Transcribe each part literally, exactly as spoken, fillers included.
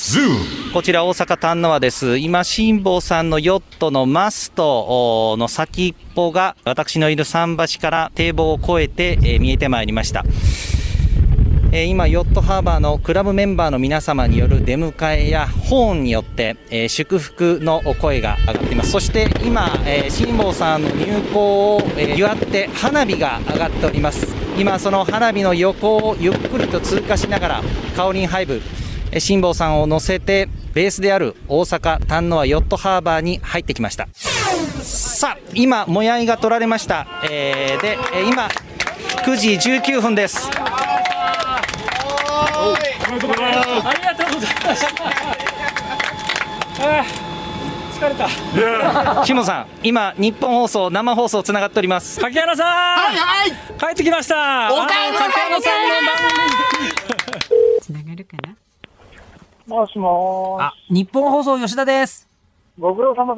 こちら大阪丹野湾です。今辛坊さんのヨットのマストの先っぽが私のいる桟橋から堤防を越えて、えー、見えてまいりました。えー、今ヨットハーバーのクラブメンバーの皆様による出迎えやホーンによって、えー、祝福の声が上がっています。そして今、えー、辛坊さんの入港を、えー、祝って花火が上がっております。今その花火の横をゆっくりと通過しながらカオリンハイブ辛坊さんを乗せてベースである大阪丹野湾ヨットハーバーに入ってきました。さあ今もやいが取られました、えー、で今くじじゅうきゅうふんです。 ありがとうございました疲れた。 辛坊さん今日本放送生放送つながっております。 柿原さん、 はいはい、 帰ってきました。 おかえりなさい。 柿原さんの番組つながるかな。 もしもーし。 あ、日本放送吉田です。 ご苦労様です。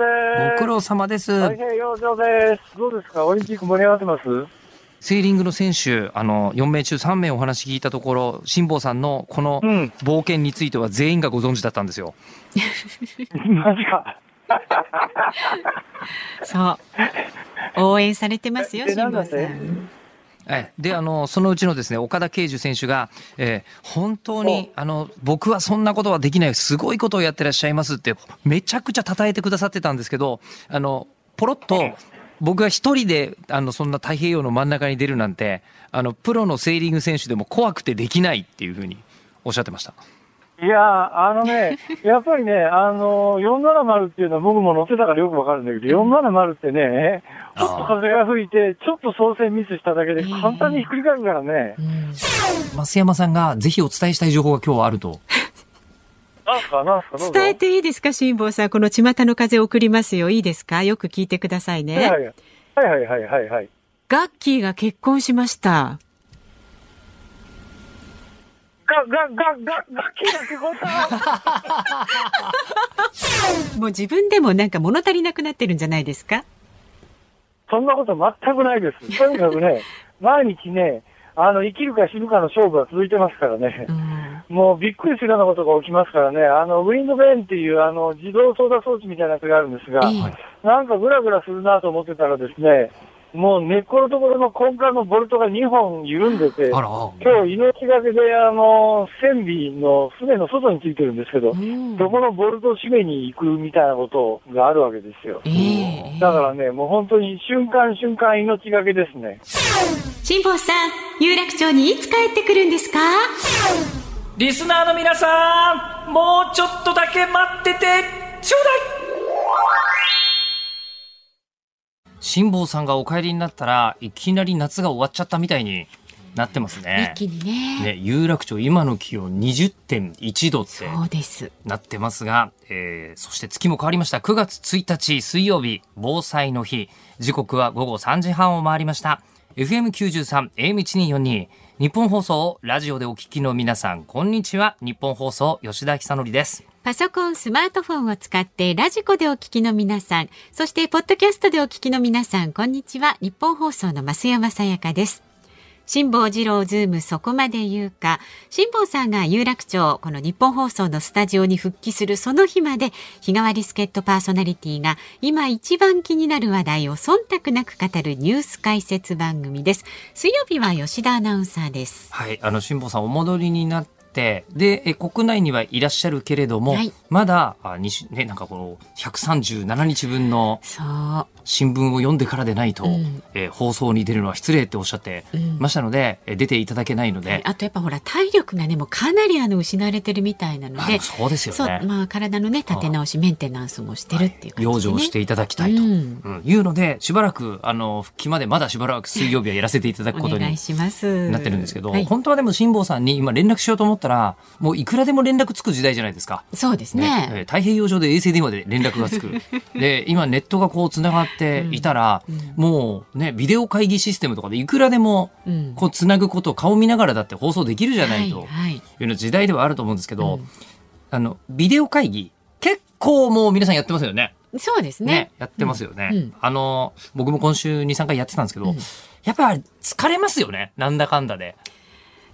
ご苦労様です。 太平洋上です。どうですか、オリンピック盛り上がってます？ セーリングの選手、あのよんめいちゅうさんめいお話聞いたところ、辛坊さんのこの冒険については全員がご存知だったんですよ。 マジか。 そう応援されてますよ辛坊さん。 えであのそのうちのですね岡田圭樹選手が、えー、本当にあの僕はそんなことはできない、すごいことをやってらっしゃいますってめちゃくちゃ称えてくださってたんですけど、あのポロッと僕が一人であのそんな太平洋の真ん中に出るなんて、あのプロのセーリング選手でも怖くてできないっていうふうにおっしゃってました。 いやあのねやっぱりねあのよんななまるっていうのは僕も乗ってたからよくわかるんだけど、よんななまるってねちょっと風が吹いてちょっと操船ミスしただけで簡単にひっくり返るからね、 うん、 増山さんがぜひお伝えしたい情報が今日はあると。 なんすかなんすか、どうぞ。 伝えていいですか辛坊さん。この巷の風を送りますよ。いいですか、よく聞いてくださいね。 はいはいはいはいはいはい。 ガッキーが結婚しました。 ガガガガガキだけこともう自分でもなんか物足りなくなってるんじゃないですか。 そんなこと全くないです。とにかくね毎日ねあの生きるか死ぬかの勝負が続いてますからね、うん、もうびっくりするようなことが起きますからね。あのウィンドベーンっていうあの自動操作装置みたいなやつがあるんですが、いいなんかグラグラするなと思ってたらですね、もう根っこのところの根幹のボルトがにほん緩んでて、今日命がけであの船尾の船の外についてるんですけど、うん、そこのボルトを締めに行くみたいなことがあるわけですよ、えー、だからねもう本当に瞬間瞬間命がけですね。 辛坊さん、有楽町にいつ帰ってくるんですか？ リスナーの皆さん、もうちょっとだけ待っててちょうだい。 辛坊さんがお帰りになったらいきなり夏が終わっちゃったみたいになってますね。 一気に ね, ね有楽町今の気温 にじゅってんいちどってそうですなってますが、えー、そして月も変わりました。くがつついたち水曜日、防災の日、時刻はごごさんじはんを回りました。 エフエムきゅうじゅうさん エーエムせんにひゃくよんじゅうに 日本放送をラジオでお聞きの皆さん、こんにちは。日本放送吉田久典です。 パソコン、スマートフォンを使ってラジコでお聞きの皆さん、そしてポッドキャストでお聞きの皆さん、こんにちは。日本放送の増山さやかです。辛坊治郎ズームそこまで言うか。辛坊さんが有楽町、この日本放送のスタジオに復帰するその日まで、日替わり助っ人パーソナリティが今一番気になる話題を忖度なく語るニュース解説番組です。水曜日は吉田アナウンサーです。 はい、あの辛坊さんお戻りになってでえ国内にはいらっしゃるけれども、はい、まだあにね、なんかこのひゃくさんじゅうななにちぶんの新聞を読んでからでないと、うんえー、放送に出るのは失礼っておっしゃってましたので、うん、出ていただけないので、はい、 あとやっぱほら体力がねもうかなりあの失われてるみたいなので、 そうですよね。 そう、まあ、体のね立て直しメンテナンスもしてるっていう感じで、ね、 養生していただきたいと、うんうん、いうのでしばらくあの復帰までまだしばらく水曜日はやらせていただくことになってるんですけど、はい、本当はでも辛坊さんに今連絡しようと思ったらもういくらでも連絡つく時代じゃないですか。 そうですね。 ね、太平洋上で衛星電話で連絡がつくで今ネットがこうつながっていたら、うんうん、もうねビデオ会議システムとかでいくらでもこうつなぐことを顔見ながらだって放送できるじゃないというような時代ではあると思うんですけど、うん、あのビデオ会議結構もう皆さんやってますよね。 そうです ね, ねやってますよね、 うん、 あの僕も今週 にさんかいやってたんですけど、うん、やっぱり疲れますよね。なんだかんだで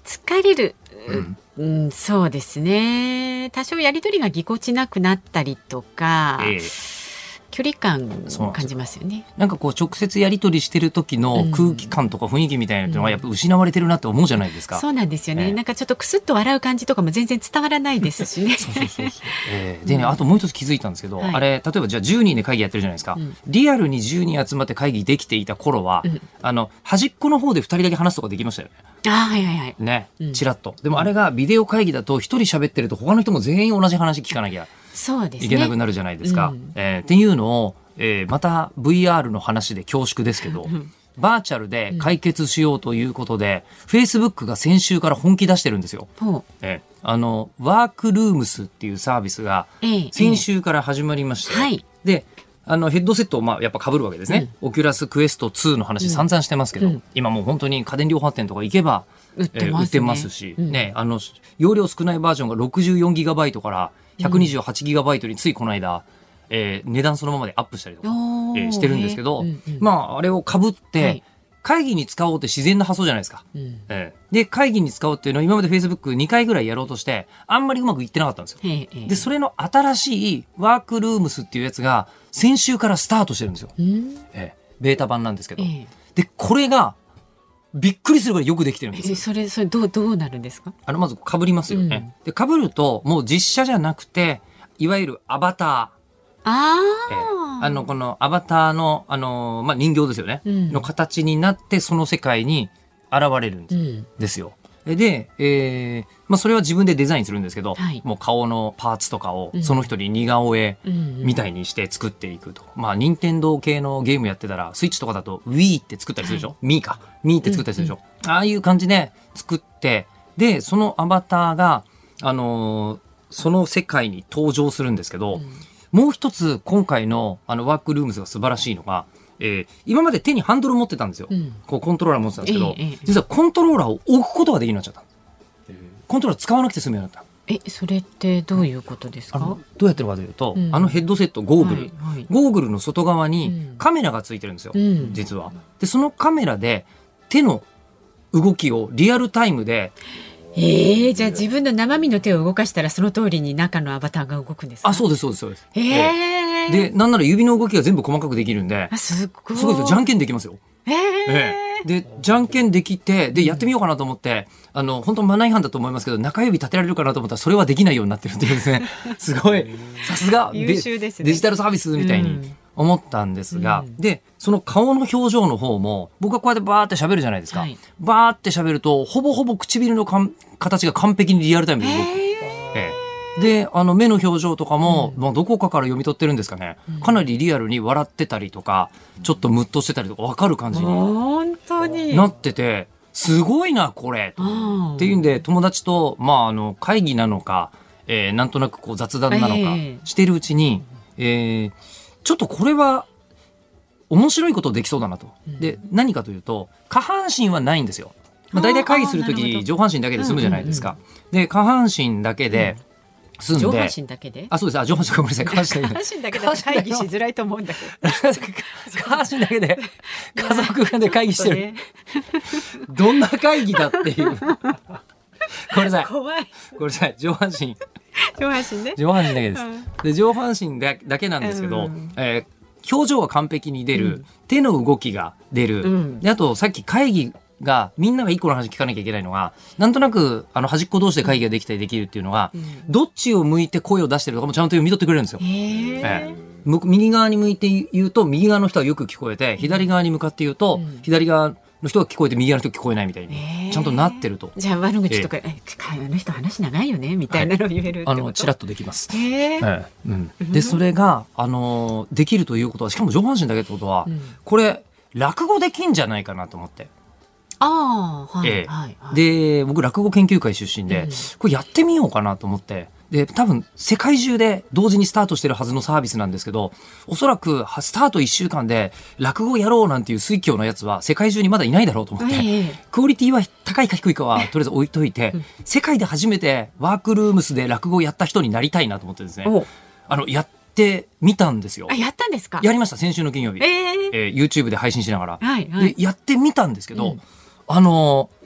疲れる、 うんうん、そうですね。多少やり取りがぎこちなくなったりとか、えー距離感を感じますよね。 なんかこう直接やり取りしてる時の空気感とか雰囲気みたいなのはやっぱ失われてるなって思うじゃないですか。 うん、そうなんですよね、えー、なんかちょっとクスッと笑う感じとかも全然伝わらないですしね。 そうそうそうそう、えー、でね、あともう一つ気づいたんですけど、はい、あれ例えばじゃあじゅうにんで会議やってるじゃないですか、うん、リアルにじゅうにん集まって会議できていた頃は、うん、あの端っこの方でふたりだけ話すとかできましたよね。 あ、はいはいはい、 ね、チラッと。でもあれがビデオ会議だと一人喋ってると他の人も全員同じ話聞かなきゃいけなくなるじゃないですか。そうですね、うん、えー、っていうのをえー、また ブイアール の話で恐縮ですけど、バーチャルで解決しようということで、うん、Facebook が先週から本気出してるんですよ。えー、あのワークルームスっていうサービスが先週から始まりまして、えーえー、であのヘッドセットをまあやっぱ被るわけですね、うん、オキュラスクエストツーの話散々してますけど、うん、今もう本当に家電量販店とか行けば売ってますね、 えー、売ってますし、うん、ね、あの容量少ないバージョンが ろくじゅうよんギガバイト から ひゃくにじゅうはちギガバイト についこの間、えー、値段そのままでアップしたりとか、えー、してるんですけど、うんうん、まああれを被って会議に使おうって自然な発想じゃないですか、うん、えー、で会議に使おうっていうのは今まで Facebook にかいぐらいやろうとしてあんまりうまくいってなかったんですよ。でそれの新しいワークルームスっていうやつが先週からスタートしてるんですよ、うん、えー、ベータ版なんですけど、えー、でこれがびっくりするぐらいよくできてるんですよ。 それそれどうどうなるんですか。 あのまず被りますよね、うん、で被るともう実写じゃなくていわゆるアバター、 あえー、あのこのアバターの、あのーまあ、人形ですよね、うん、の形になってその世界に現れるんですよ、うん、で、えーまあ、それは自分でデザインするんですけど、はい、もう顔のパーツとかをその人に似顔絵みたいにして作っていくと、うんうん、まあ任天堂系のゲームやってたらスイッチとかだと Wii って作ったりするでしょ、はい、Mii か Mii って作ったりするでしょ、うんうん、ああいう感じで作ってでそのアバターが、あのー、その世界に登場するんですけど、うん、もう一つ今回のあのワークルームズが素晴らしいのが、えー、今まで手にハンドル持ってたんですよ、うん、こうコントローラー持ってたんですけど、えーえー、実はコントローラーを置くことができるようになっちゃった、えー、コントローラー使わなくて済むようになった。 えそれってどういうことですか。 どうやってるかというと、うん、あのヘッドセットゴーグル、はいはい、ゴーグルの外側にカメラがついてるんですよ、うん、実は。でそのカメラで手の動きをリアルタイムで、 えー、じゃあ自分の生身の手を動かしたらその通りに中のアバターが動くんですか。 あ、そうですそうですそうです。 えーえー、でなんなら指の動きが全部細かくできるんで、 あすごいすごいですよ。じゃんけんできますよ。 えーえー、でじゃんけんできてでやってみようかなと思って、うん、あの本当マナー違反だと思いますけど中指立てられるかなと思ったらそれはできないようになってるっていうですねすごいさすが優秀ですね。 デジタルサービスみたいに思ったんですが、うん、でその顔の表情の方も僕はこうやってバーって喋るじゃないですか、はい、バーって喋るとほぼほぼ唇のかん形が完璧にリアルタイムで動く、えー、であの目の表情とかも、うん、もうどこかから読み取ってるんですかね、うん、かなりリアルに笑ってたりとかちょっとムッとしてたりとか分かる感じになっててすごいなこれっていうんで友達と、まあ、あの会議なのか、えー、なんとなくこう雑談なのかしてるうちに、えー、ちょっとこれは面白いことできそうだなと。で何かというと下半身はないんですよ。まあ、大体会議するとき上半身だけで済むじゃないですか、うんうんうん、で下半身だけで済んで、 うん、上半身だけであそうですあ上半身ごめんなさい下半身だけで下半身だけで会議しづらいと思うんだけど下半身だけで家族間で会議してる、ね、どんな会議だっていうごめんなさい怖いごめんなさい上半身上半身ね上半身だけです、うん、で上半身だだけなんですけど、うんえー、表情は完璧に出る、うん、手の動きが出る、うん、であとさっき会議がみんなが一個の話聞かなきゃいけないのがなんとなくあの端っこ同士で会議ができたりできるっていうのが、うん、どっちを向いて声を出してるのかもちゃんと読み取ってくれるんですよ、えー、右側に向いて言うと右側の人はよく聞こえて左側に向かって言うと、うん、左側の人が聞こえて右側の人が聞こえないみたいにちゃんとなってると、 じゃあ悪口とか、えー、あの人話長いよねみたいなのを言えるってこと、はい、あのチラッとできます、 えーえーうん、でそれが、あのー、できるということはしかも上半身だけってことは、うん、これ落語できんじゃないかなと思ってあはいええはいはい、 で僕落語研究会出身で、うん、これやってみようかなと思ってで多分世界中で同時にスタートしてるはずのサービスなんですけどおそらくスタートいっしゅうかんで落語やろうなんていう水教のやつは世界中にまだいないだろうと思って、ええ、クオリティは高いか低いかはとりあえず置いといて、うん、世界で初めてワークルームスで落語をやった人になりたいなと思ってですねあのやってみたんですよ。 あやったんですか。 やりました先週の金曜日、えーえー、YouTube で配信しながら、はいはい、でやってみたんですけど、うんあの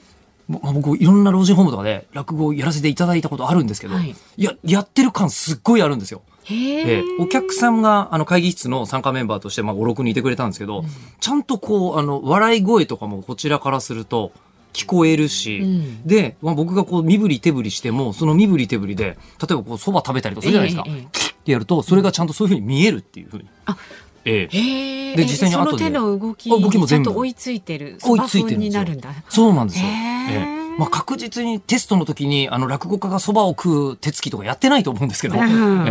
まあ、僕いろんな老人ホームとかで落語をやらせていただいたことあるんですけど、はい、いややってる感すっごいあるんですよ。 へえお客さんがあの会議室の参加メンバーとしてまあご、ろくにんいてくれたんですけど、うん、ちゃんとこうあの笑い声とかもこちらからすると聞こえるし、うん、で、まあ、僕がこう身振り手振りしてもその身振り手振りで例えばこうそば食べたりとかするじゃないですか、えーえー、キッてやるとそれがちゃんとそういうふうに見えるっていうふうに。あええ、 で実際に後でその手の動きにちゃんと追いついてる、追いついてるんですよ。 そうなんですよ。ええ、まあ、確実にテストの時にあの落語家がそばを食う手つきとかやってないと思うんですけど、うん、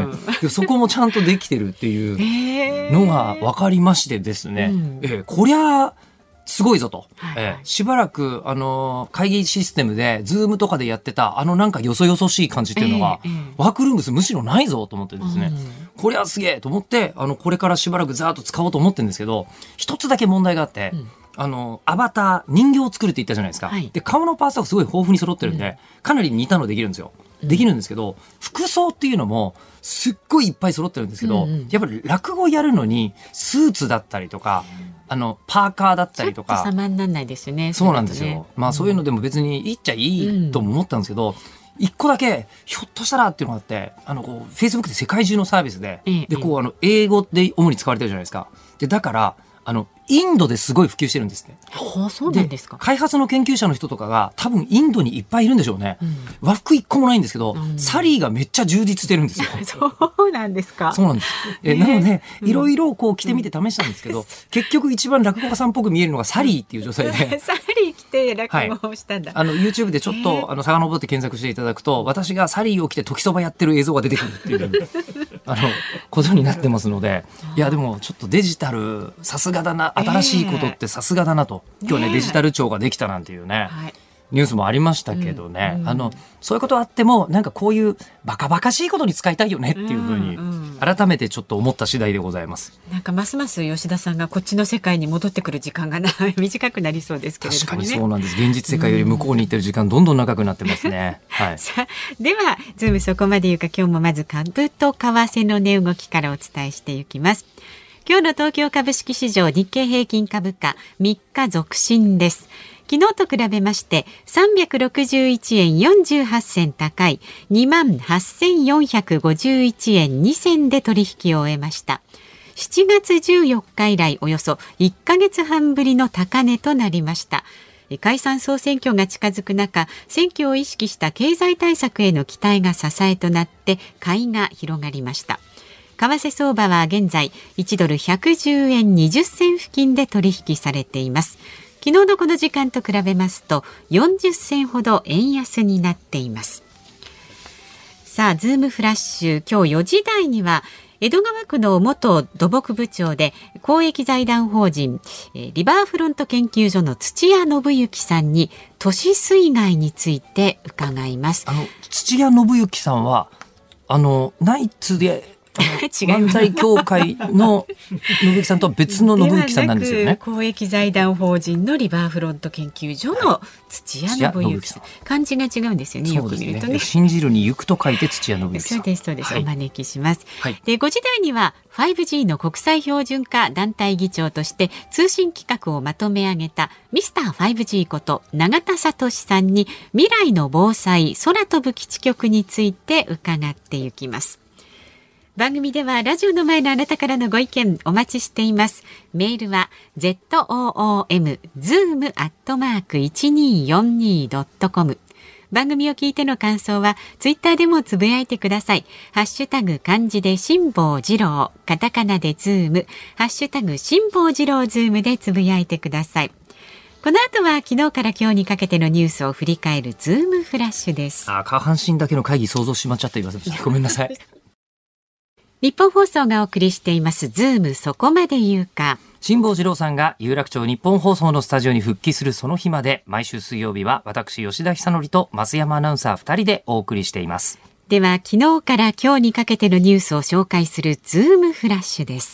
えそこもちゃんとできてるっていうのが分かりましてですね、うん、えこりゃすごいぞと、はいはい、えしばらくあの会議システムでズームとかでやってたあのなんかよそよそしい感じっていうのが、えーえー、ワークルームスむしろないぞと思ってですね、うん、こりゃすげえと思ってあのこれからしばらくざーっと使おうと思ってるんですけど、一つだけ問題があって、うん、あのアバター人形を作るって言ったじゃないですか、はい、で顔のパーツがすごい豊富に揃ってるんで、うん、かなり似たのできるんですよ。できるんですけど、服装っていうのもすっごいいっぱい揃ってるんですけど、うんうん、やっぱり落語やるのにスーツだったりとか、あのパーカーだったりとかちょっと様にならないですよね。 そうなんですよ、ね、まあそういうのでも別にいいっちゃいいとも思ったんですけど、一、うん、個だけひょっとしたらっていうのがあって、あのこう Facebook って世界中のサービスで、うん、でこうあの英語で主に使われてるじゃないですか。でだからあのインドですごい普及してるんですね。 はあ、そうなんですか。 開発の研究者の人とかが多分インドにいっぱいいるんでしょうね、うん、和服一個もないんですけど、うん、サリーがめっちゃ充実してるんですよ。 そうなんですか。 そうなんです。えなのでいろいろこう着てみて試したんですけど、うん、結局一番落語家さんっぽく見えるのがサリーっていう女性でサリー着て落語をしたんだ、 はい、あの YouTube でちょっとあの遡って検索していただくと、私がサリーを着て時そばやってる映像が出てくるっていうあのことになってますので、いやでもちょっとデジタルさすがだな、新しいことってさすがだなと、今日ねデジタル庁ができたなんていうね、はい、ニュースもありましたけどね、うんうん、あのそういうことあってもなんかこういうバカバカしいことに使いたいよねっていうふうに改めてちょっと思った次第でございます。 なんかますます吉田さんがこっちの世界に戻ってくる時間がな短くなりそうですけれどもね。 確かにそうなんです。現実世界より向こうに行ってる時間どんどん長くなってますね、はい、 さあではズームそこまで言うか、今日もまず株と為替の値動きからお伝えしていきます。今日の東京株式市場日経平均株価みっか続伸です。昨日と比べましてさんびゃくろくじゅういちえんよんじゅうはち銭高い にまんはっせんよんひゃくごじゅういちえんに銭で取引を終えました。しちがつじゅうよっか以来およそいっかげつはんぶりの高値となりました。解散総選挙が近づく中、選挙を意識した経済対策への期待が支えとなって買いが広がりました。為替相場は現在いちドルひゃくじゅうえんにじゅっ銭付近で取引されています。昨日のこの時間と比べますとよんじゅっ銭ほど円安になっています。さあズームフラッシュ、今日よじ台には江戸川区の元土木部長で公益財団法人リバーフロント研究所の土屋信之さんに都市水害について伺います。 あの土屋信之さんはあのナイツで漫才協会の信之さんとは別の信之さんなんですよね。 公益財団法人のリバーフロント研究所の土屋信之さん、漢字が違うんですよね。よく見るとね、 信じるに行くと書いて土屋信之さん。 そうですそうです、はい、お招きします、はい、でご時台には ファイブジー の国際標準化団体議長として通信規格をまとめ上げたミスター ファイブジー こと永田聡さんに未来の防災空飛ぶ基地局について伺っていきます。番組ではラジオの前のあなたからのご意見お待ちしています。メールは ズーム ズーム アットマーク いちにーよんにー ドットコム。番組を聞いての感想はツイッターでもつぶやいてください。ハッシュタグ漢字で辛坊治郎、カタカナでズーム、ハッシュタグ辛坊治郎ズームでつぶやいてください。この後は昨日から今日にかけてのニュースを振り返るズームフラッシュです。 あ、下半身だけの会議想像しまっちゃっています。ごめんなさい。 日本放送がお送りしていますズームそこまで言うか。 辛坊治郎さんが有楽町日本放送のスタジオに復帰するその日まで、毎週水曜日は私吉田久典と増山アナウンサーふたりでお送りしています。 では昨日から今日にかけてのニュースを紹介するズームフラッシュです。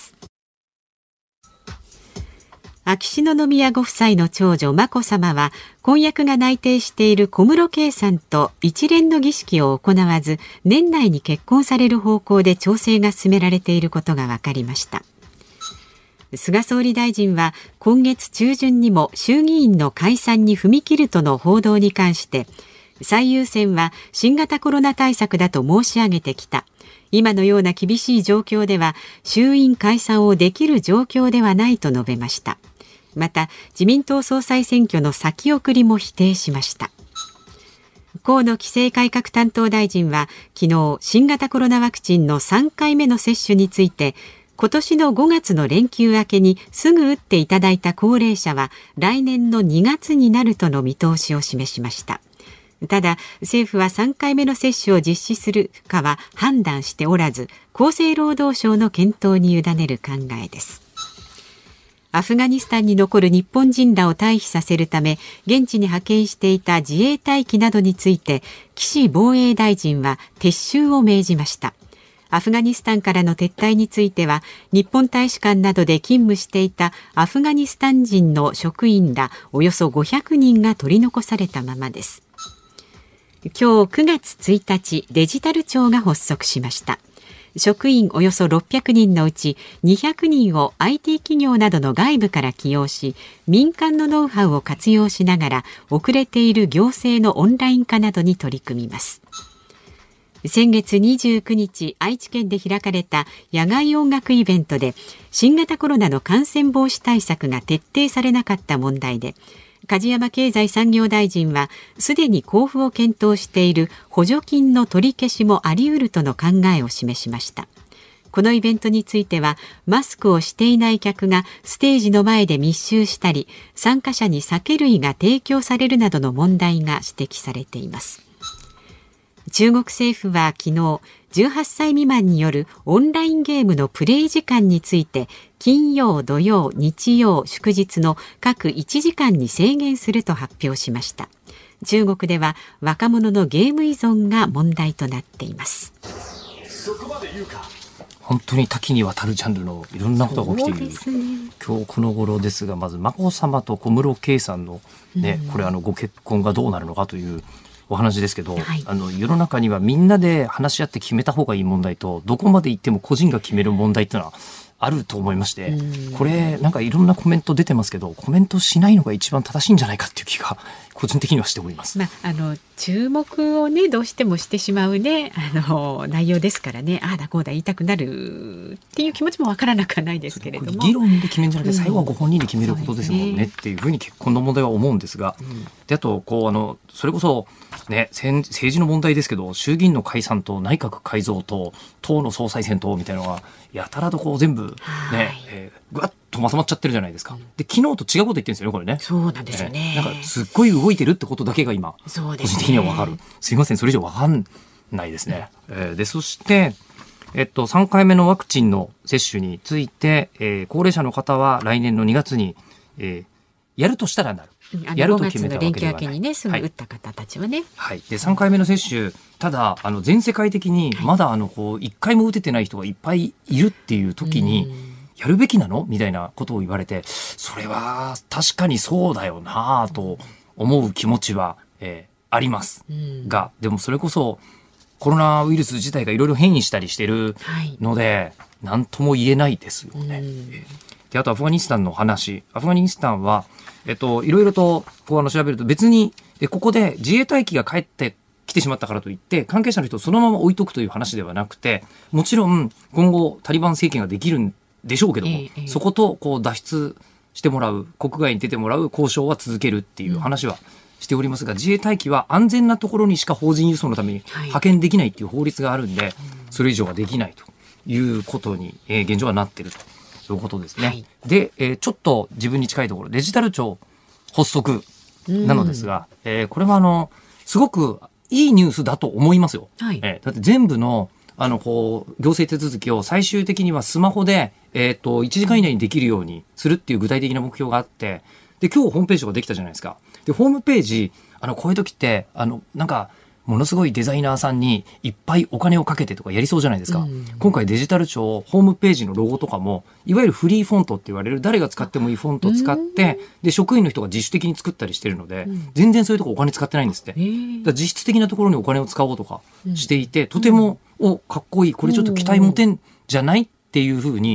秋篠宮ご夫妻の長女眞子さまは婚約が内定している小室圭さんと一連の儀式を行わず、年内に結婚される方向で調整が進められていることが分かりました。 菅総理大臣は今月中旬にも衆議院の解散に踏み切るとの報道に関して、最優先は新型コロナ対策だと申し上げてきた。今のような厳しい状況では衆院解散をできる状況ではないと述べました。また自民党総裁選挙の先送りも否定しました。河野規制改革担当大臣は昨日、新型コロナワクチンのさんかいめの接種について、今年のごがつの連休明けにすぐ打っていただいた高齢者は来年のにがつになるとの見通しを示しました。ただ政府はさんかいめの接種を実施するかは判断しておらず、厚生労働省の検討に委ねる考えです。アフガニスタンに残る日本人らを退避させるため現地に派遣していた自衛隊機などについて、岸防衛大臣は撤収を命じました。アフガニスタンからの撤退については、日本大使館などで勤務していたアフガニスタン人の職員らおよそごひゃくにんが取り残されたままです。今日くがつついたち、デジタル庁が発足しました。職員およそろっぴゃくにんのうちにひゃくにんを アイティー 企業などの外部から起用し、民間のノウハウを活用しながら遅れている行政のオンライン化などに取り組みます。先月にじゅうくにち、愛知県で開かれた野外音楽イベントで新型コロナの感染防止対策が徹底されなかった問題で、梶山経済産業大臣はすでに交付を検討している補助金の取り消しもあり得るとの考えを示しました。このイベントについては、マスクをしていない客がステージの前で密集したり、参加者に酒類が提供されるなどの問題が指摘されています。中国政府は昨日、じゅうはっさい未満によるオンラインゲームのプレイ時間について、金曜、土曜、日曜、祝日の各いちじかんに制限すると発表しました。中国では若者のゲーム依存が問題となっています。 そこまで言うか。本当に多岐にわたるジャンルのいろんなことが起きている、ね、今日この頃ですが、まず眞子さまと小室圭さんの、ね、うん、これあのご結婚がどうなるのかというお話ですけど、はい、あの世の中にはみんなで話し合って決めた方がいい問題と、どこまで行っても個人が決める問題っていうのはあると思いまして、これなんかいろんなコメント出てますけど、コメントしないのが一番正しいんじゃないかっていう気が個人的にはしております。 まあ、あの注目をねどうしてもしてしまうねあの内容ですからね、ああだこうだ言いたくなるっていう気持ちもわからなくはないですけれども、 議論で決めるんじゃなくて最後はご本人で決めることですもんね、うん、っていうふうに結婚の問題は思うんですが、うん、であとこうあのそれこそね、政治の問題ですけど、衆議院の解散と内閣改造と党の総裁選とみたいなのがやたらとこう全部ね、えー、ぐわっとまとまっちゃってるじゃないですか。で昨日と違うこと言ってるんですよね、これね。 そうなんですよね、 えー、なんかすっごい動いてるってことだけが今、 そうですね、 個人的には分かる。すいません、それ以上分かんないですね、うん、えー、でそして、えっと、さんかいめのワクチンの接種について、えー、高齢者の方は来年のにがつに、えー、やるとしたらなる、やると決めたわけではない。ごがつの連休明けにねすぐ打った方たちはね、はいはい、でさんかいめの接種、ただあの全世界的にまだあのこういっかいも打ててない人がいっぱいいるっていう時に、やるべきなのみたいなことを言われて、それは確かにそうだよなと思う気持ちは、えー、ありますが、でもそれこそコロナウイルス自体がいろいろ変異したりしてるので、はい、何とも言えないですよね。であとアフガニスタンの話、アフガニスタンはえっと、いろいろとこうあの調べると、別にえここで自衛隊機が帰ってきてしまったからといって関係者の人をそのまま置いとくという話ではなくて、もちろん今後タリバン政権ができるんでしょうけども、ええ、そことこう脱出してもらう、国外に出てもらう交渉は続けるっていう話はしておりますが、うん、自衛隊機は安全なところにしか邦人輸送のために派遣できないっていう法律があるんで、はい、それ以上はできないということに、えー、現状はなっているとということですね、はい、で、えー、ちょっと自分に近いところ、デジタル庁発足なのですが、うん、えー、これはあのすごくいいニュースだと思いますよ、はい、えー、だって全部のあのこう行政手続きを最終的にはスマホで、えー、といちじかん以内にできるようにするっていう具体的な目標があって、で今日ホームページができたじゃないですか。でホームページ、あのこういう時ってあのなんかものすごいデザイナーさんにいっぱいお金をかけてとかやりそうじゃないですか、うん、今回デジタル庁ホームページのロゴとかもいわゆるフリーフォントって言われる誰が使ってもいいフォントを使って、うん、で職員の人が自主的に作ったりしてるので、うん、全然そういうとこお金使ってないんですって、だから実質的なところにお金を使おうとかしていて、うん、とても、うん、おかっこいい、これちょっと期待持てんじゃないっていうふうに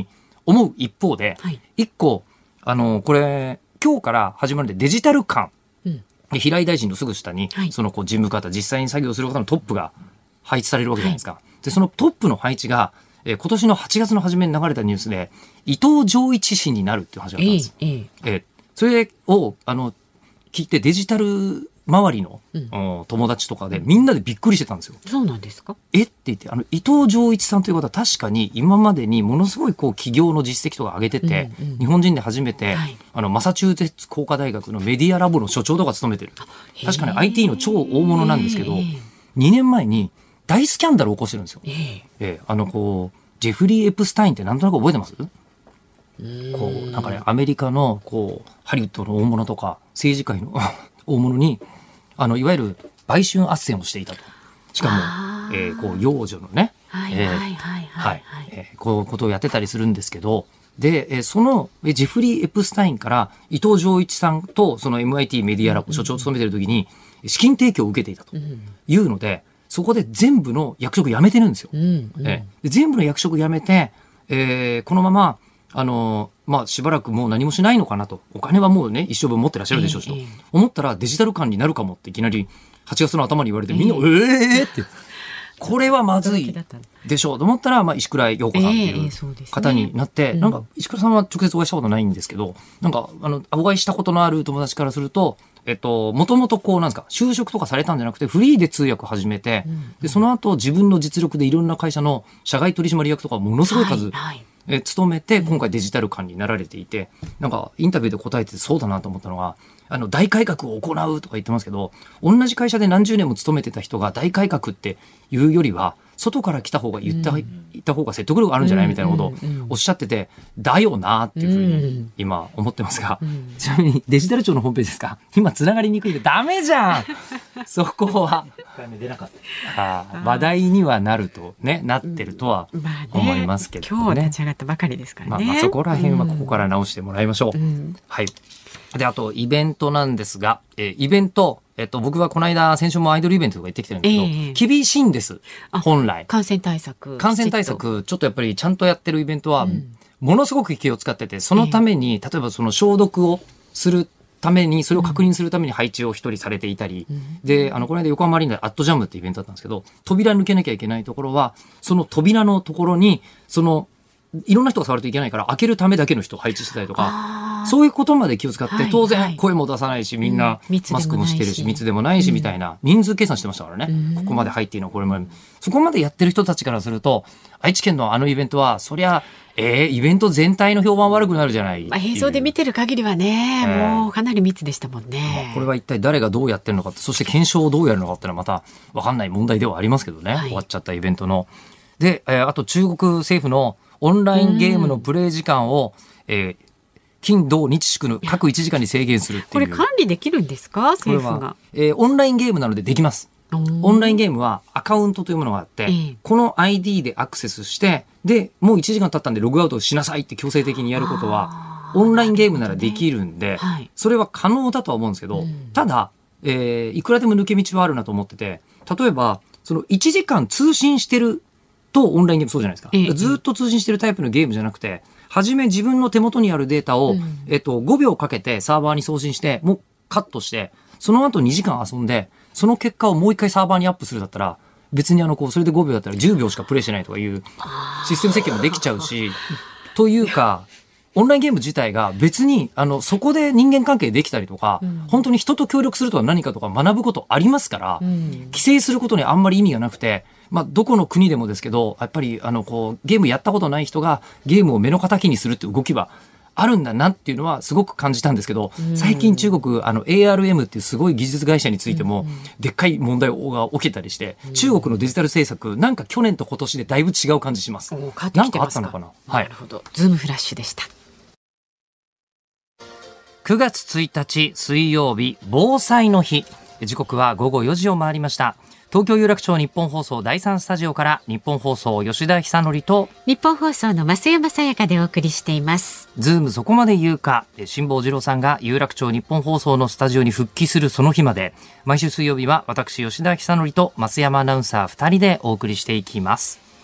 思う一方で、 はい、 一個、あの、これ、今日から始まるんでデジタル館、うん、で平井大臣のすぐ下に、はい、そのこう事務方、実際に作業する方のトップが配置されるわけじゃないですか。はい、で、そのトップの配置が、えー、今年のはちがつの初めに流れたニュースで、伊藤浄一氏になるっていう話があったんです。えーえー、それを、あの、聞いてデジタル周りの、うん、友達とかでみんなでびっくりしてたんですよ。 そうなんですか？ えって言って、あの伊藤浄一さんという方は確かに今までにものすごいこう企業の実績とか上げてて、うんうん、日本人で初めて、はい、あのマサチューセッツ工科大学のメディアラボの所長とか務めてる。確かに アイティー の超大物なんですけど、にねんまえに大スキャンダルを起こしてるんですよ。えーえー、あのこうジェフリー・エプスタインってなんとなく覚えてます？こうなんかね、アメリカのこうハリウッドの大物とか政治界の大物にあのいわゆる売春斡旋をしていたと。しかも、えー、こう幼女のね、こういうことをやってたりするんですけど、で、えー、そのジェフリー・エプスタインから伊藤浄一さんとその エムアイティー メディアラボ所長を務めてる時に資金提供を受けていたというので、そこで全部の役職辞めてるんですよ。うんうんえー、で全部の役職辞めて、えー、このままあのまあ、しばらくもう何もしないのかなと。お金はもうね、一生分持ってらっしゃるでしょうしと。えーえー、思ったらデジタル館になるかもっていきなりはちがつの頭に言われて、みんな、えー、えーって。これはまずいでしょうと思ったら、まあ、石倉陽子さんっていう方になって、えーえーね、なんか、石倉さんは直接お会いしたことないんですけど、なんか、あの、お会いしたことのある友達からすると、えっと、もともとこう、なんですか、就職とかされたんじゃなくて、フリーで通訳始めて、うん、で、その後自分の実力でいろんな会社の社外取締役とかものすごい数、はいはいえ勤めて今回デジタル館になられていて、なんかインタビューで答えててそうだなと思ったのが、あの大改革を行うとか言ってますけど、同じ会社で何十年も勤めてた人が大改革っていうよりは外から来た方が言った、うん、言った方が説得力あるんじゃないみたいなことをおっしゃってて、だよなっていうふうに今思ってますが、うん、ちなみにデジタル庁のホームページですか？今つながりにくいんでダメじゃんそこは出なかったあ話題にはなるとね、なってるとは思いますけどね。 まあね、今日立ち上がったばかりですからね。 まあ、まあそこら辺はここから直してもらいましょう。うん、はい。で、あとイベントなんですが、えー、イベント、えっと、僕はこの間、先週もアイドルイベントとか行ってきてるんですけど、えー、厳しいんです。本来。 感染対策。 感染対策、ちょっとやっぱりちゃんとやってるイベントは、うん、ものすごく気を使ってて、そのために、えー、例えばその消毒をするために、それを確認するために配置を一人されていたり、うん、で、あの、この間横浜アリーナでアットジャムってイベントだったんですけど、扉抜けなきゃいけないところは、その扉のところに、その、いろんな人が触るといけないから、開けるためだけの人を配置してたりとか、そういうことまで気を使って、当然声も出さないし、みんなマスクもしてるし、密でもないし、みたいな、人数計算してましたからね。ここまで入っていいの、これも。そこまでやってる人たちからすると、愛知県のあのイベントは、そりゃ、えー、イベント全体の評判悪くなるじゃない。 まあ、映像で見てる限りはね、えー、もうかなり密でしたもんね。 まあ、これは一体誰がどうやってるのか、そして検証をどうやるのかっていうのはまた分かんない問題ではありますけどね。はい、終わっちゃったイベントの。で、えー、あと中国政府のオンラインゲームのプレイ時間を、えー、金土日祝の各いちじかんに制限するっていう。 これ管理できるんですか、政府が。 えー、オンラインゲームなのでできます。オンラインゲームはアカウントというものがあって、えー、この アイディー でアクセスして、で、もういちじかん経ったんでログアウトしなさいって強制的にやることは、オンラインゲームならできるんで、ねはい、それは可能だとは思うんですけど、うん、ただ、えー、いくらでも抜け道はあるなと思ってて、例えば、そのいちじかん通信してるとオンラインゲームそうじゃないですか。えー、ずっと通信してるタイプのゲームじゃなくて、はじめ自分の手元にあるデータを、うん、えっと、ごびょうかけてサーバーに送信して、もうカットして、その後にじかん遊んで、その結果をもう一回サーバーにアップするだったら、別にあの、こう、それでごびょうだったらじゅうびょうしかプレイしてないとかいうシステム設計もできちゃうし、というか、オンラインゲーム自体が別に、あの、そこで人間関係できたりとか、うん、本当に人と協力するとは何かとか学ぶことありますから、うん、規制することにあんまり意味がなくて、まあ、どこの国でもですけど、やっぱり、あの、こう、ゲームやったことない人がゲームを目の敵にするっていう動きは、あるんだなっていうのはすごく感じたんですけど、最近中国、あの エーアールエム っていうすごい技術会社についても、でっかい問題が起きたりして、中国のデジタル政策、なんか去年と今年でだいぶ違う感じします。なんかあったのかな。 はい。なるほど。ズームフラッシュでした。 くがつついたち水曜日、防災の日。時刻はごごよじを回りました。東京有楽町日本放送だいさんスタジオから日本放送吉田久典と日本放送の増山さやかでお送りしています。 ズームそこまで言うか。辛坊治郎さんが有楽町日本放送のスタジオに復帰するその日まで、毎週水曜日は私吉田久典と増山アナウンサーふたりでお送りしていきます。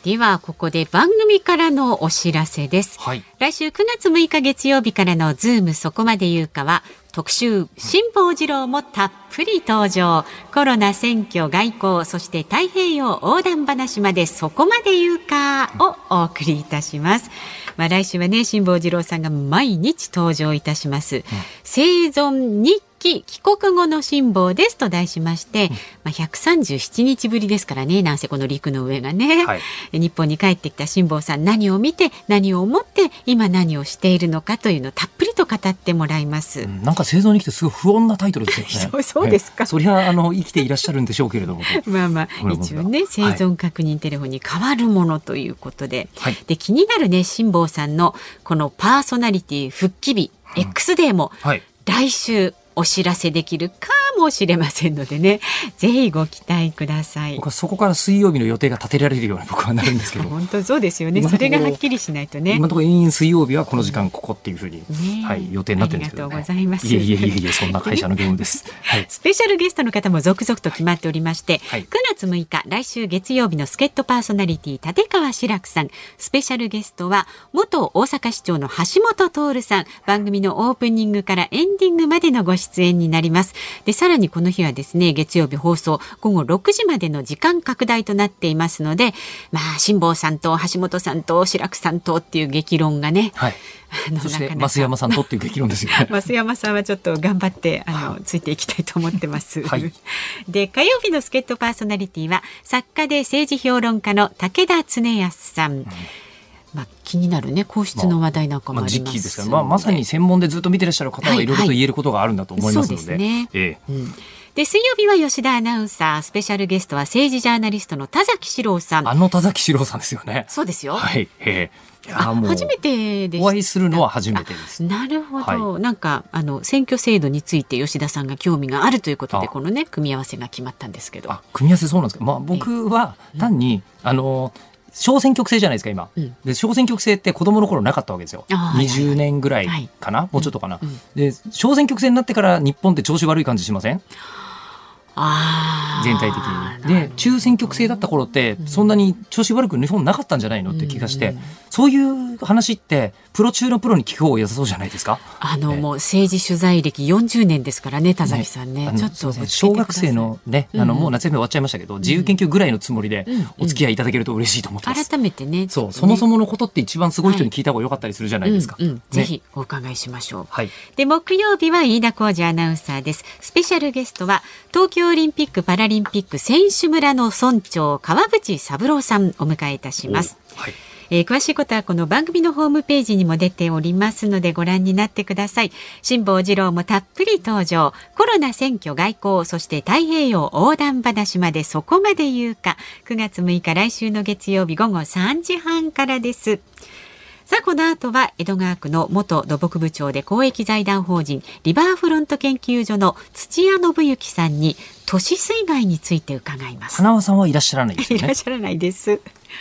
ではここで番組からのお知らせです、はい、来週くがつむいか月曜日からのズームそこまで言うかは特集辛坊治郎もたっぷり登場。コロナ、選挙、外交、そして太平洋横断話までそこまで言うかをお送りいたします。まあ、来週はね辛坊治郎さんが毎日登場いたします、うん、生存日記帰国後の辛坊ですと題しまして、うんまあ、ひゃくさんじゅうななにちぶりですからね、なんせこの陸の上がね、はい、日本に帰ってきた辛坊さん、何を見て何を思って今何をしているのかというのをたっぷりと語ってもらいます、うん、 なんか生存日記ってすごい不穏なタイトルですよねそうそうですか、 そりゃあの生きていらっしゃるんでしょうけれどもまあまあ一応ね生存確認テレフォンに変わるものということで、はい、で気になるね辛坊さんのこのパーソナリティ復帰日、うん、X デーも来週お知らせできるかもしれませんのでね、ぜひご期待ください。 僕はそこから水曜日の予定が立てられるように僕はなるんですけど本当そうですよね、それがはっきりしないとね。 今のところ延々水曜日はこの時間ここっていうふうに、ねはい、予定になってるんですけど、ね、 ありがとうございます。 いえいえいえいえそんな会社の業務です、はい、 スペシャルゲストの方も続々と決まっておりまして、はい、くがつむいか来週月曜日の助っ人パーソナリティ立川志らくさん、スペシャルゲストは元大阪市長の橋本徹さん、番組のオープニングからエンディングまでのご出演になります。でさらにこの日はですね月曜日放送ごごろくじまでの時間拡大となっていますので、まあ辛坊さんと橋本さんと志らくさんとっていう激論がね、はい、 あのそして増山さんとっていう激論ですよね増山さんはちょっと頑張ってあのついていきたいと思ってます、はい、で火曜日の助っ人パーソナリティは作家で政治評論家の武田恒康さん、うんまあ、気になるね皇室の話題なんかもあります、まあまあ、時期ですから、まあ、まさに専門でずっと見てらっしゃる方はいろいろと言えることがあるんだと思いますので、はいはい、そうですね、ええうんで水曜日は吉田アナウンサー、スペシャルゲストは政治ジャーナリストの田崎史郎さん。 あの田崎史郎さんですよね。 そうですよ。 はい、えー、いやもう初めてでした。 お会いするのは初めてです。 なるほど、はい、なんかあの選挙制度について吉田さんが興味があるということでこのね組み合わせが決まったんですけど。 あ、組み合わせそうなんですか。まあ僕は単に、うん、あの小選挙区制じゃないですか今、うん、で小選挙区制って子供の頃なかったわけですよ。にじゅうねんぐらいかな、はい、もうちょっとかな、うんうん、で小選挙区制になってから日本って調子悪い感じしません？あ全体的にで中選挙区制だった頃ってそんなに調子悪く日本なかったんじゃないのって気がして、うん、そういう話ってプロ中のプロに聞く方が良さそうじゃないですか。 あの、ね、もう政治取材歴よんじゅうねんですからね田崎さん ね, ねちょっと小学生のね、うん、あのもう夏休み終わっちゃいましたけど、うん、自由研究ぐらいのつもりでお付き合いいただけると嬉しいと思ってます、 うんうん、改めて ね, そうそもそものことって一番すごい人に聞いた方が良かったりするじゃないですか、 はいうんうんね、ぜひお伺いしましょう、はい、で木曜日は飯田浩司アナウンサーです。スペシャルゲストは東京オリンピックパラリンピック選手村の村長川淵三郎さんお迎えいたします、はいえー、詳しいことはこの番組のホームページにも出ておりますのでご覧になってください。辛坊治郎もたっぷり登場。コロナ、選挙、外交、そして太平洋横断話までそこまで言うか。くがつむいか来週の月曜日ごごさんじはんからです。さあこの後は江戸川区の元土木部長で公益財団法人リバーフロント研究所の土屋信之さんに都市水害について伺います。 花輪さんはいらっしゃらないですよね。 いらっしゃらないです。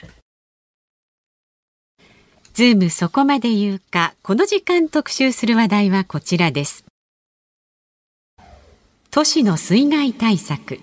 ズームそこまで言うか。この時間特集する話題はこちらです。都市の水害対策。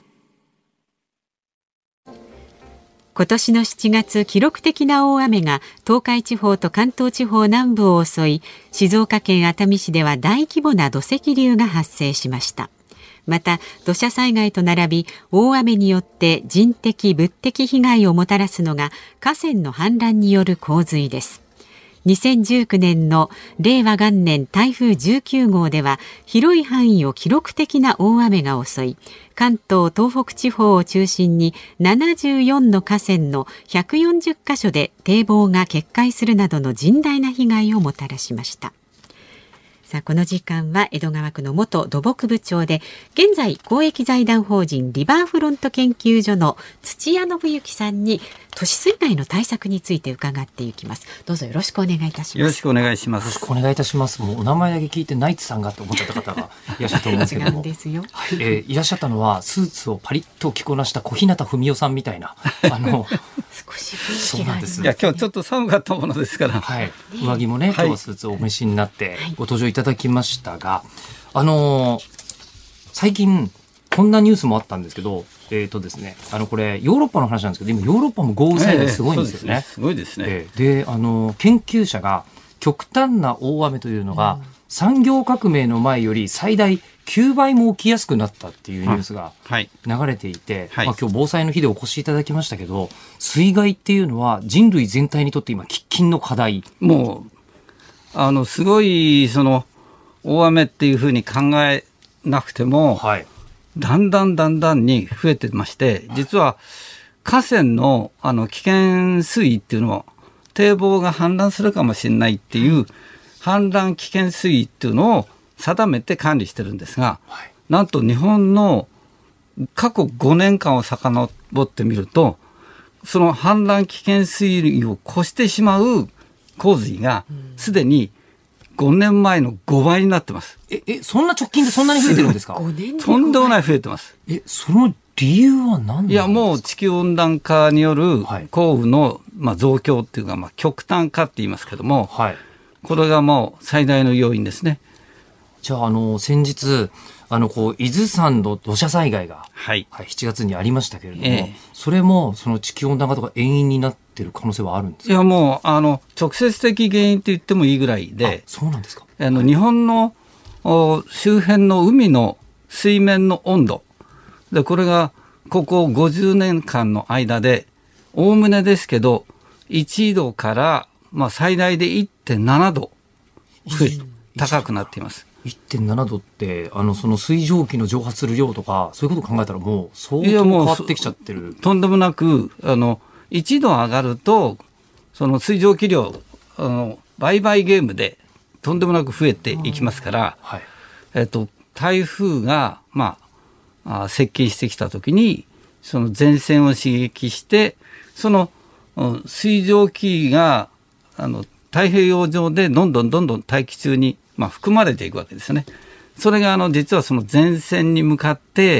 今年のしちがつ記録的な大雨が東海地方と関東地方南部を襲い、静岡県熱海市では大規模な土石流が発生しました。また土砂災害と並び大雨によって人的物的被害をもたらすのが河川の氾濫による洪水です。にせんじゅうきゅうねんの令和元年台風じゅうきゅうごうでは広い範囲を記録的な大雨が襲い、関東東北地方を中心にななじゅうよんの河川のひゃくよんじゅっかしょで堤防が決壊するなどの甚大な被害をもたらしました。さあこの時間は江戸川区の元土木部長で現在公益財団法人リバーフロント研究所の土屋信之さんに都市水害の対策について伺っていきます。どうぞよろしくお願いいたします。 よろしくお願いします。 よろしくお願いいたします。もうお名前だけ聞いてナイツさんがって思っちゃった方がいらっしゃると思うんですけどもですよ、 はいえー、いらっしゃったのはスーツをパリッと着こなした小日向文世さんみたいなあの少し雰囲気があります、ね、 いや今日ちょっと寒かったものですから、 はい、上着もね今日はスーツをお召しになってご登場いただきましたが、はい、あのー、最近こんなニュースもあったんですけど、 えーとですね、あのこれヨーロッパの話なんですけど、今ヨーロッパも豪雨災害すごいんですよね。 ええ、すごいですね。 えー、であの研究者が極端な大雨というのが、うん、産業革命の前より最大きゅうばいも起きやすくなったっていうニュースが流れていて、はい、まあ、今日防災の日でお越しいただきましたけど、水害っていうのは人類全体にとって今喫緊の課題。 もうあのすごいその大雨っていうふうに考えなくても、はい、だんだんだんだんに増えてまして、実は河川のあの危険水位っていうのは堤防が氾濫するかもしれないっていう氾濫危険水位っていうのを定めて管理してるんですが、はい、なんと日本の過去ごねんかんを遡ってみると、その氾濫危険水位を越してしまう洪水がすでにごねんまえのごばいになってます。 え、え、そんな直近でそんなに増えてるんですか？ とんでもない増えてます。 え、その理由は何なんですか？ いや、もう地球温暖化による降雨の、まあ、増強っていうか、まあ、極端化って言いますけども、はい、これがもう最大の要因ですね。 じゃあ、あの先日あのこう伊豆山の土砂災害が、はいはい、しちがつにありましたけれども、ええ、それもその地球温暖化とか遠因になっている可能性はあるんですか？ いや、もうあの直接的原因と言ってもいいぐらいで、 あ、そうなんですか。 あの日本の周辺の海の水面の温度で、これがここごじゅうねんかんの間でおおむねですけどいちどから、まあ、最大で いってんななど増え高くなっています。 いってんななどってあのその水蒸気の蒸発する量とかそういうことを考えたらもう相当変わってきちゃってる。 とんでもなくあのいちど上がるとその水蒸気量あの倍々ゲームでとんでもなく増えていきますから、はい、えっと、台風が、まあ、あ接近してきたときにその前線を刺激してその水蒸気があの太平洋上でどんどんどんどん大気中にまあ、含まれていくわけですね。それがあの実はその前線に向かって、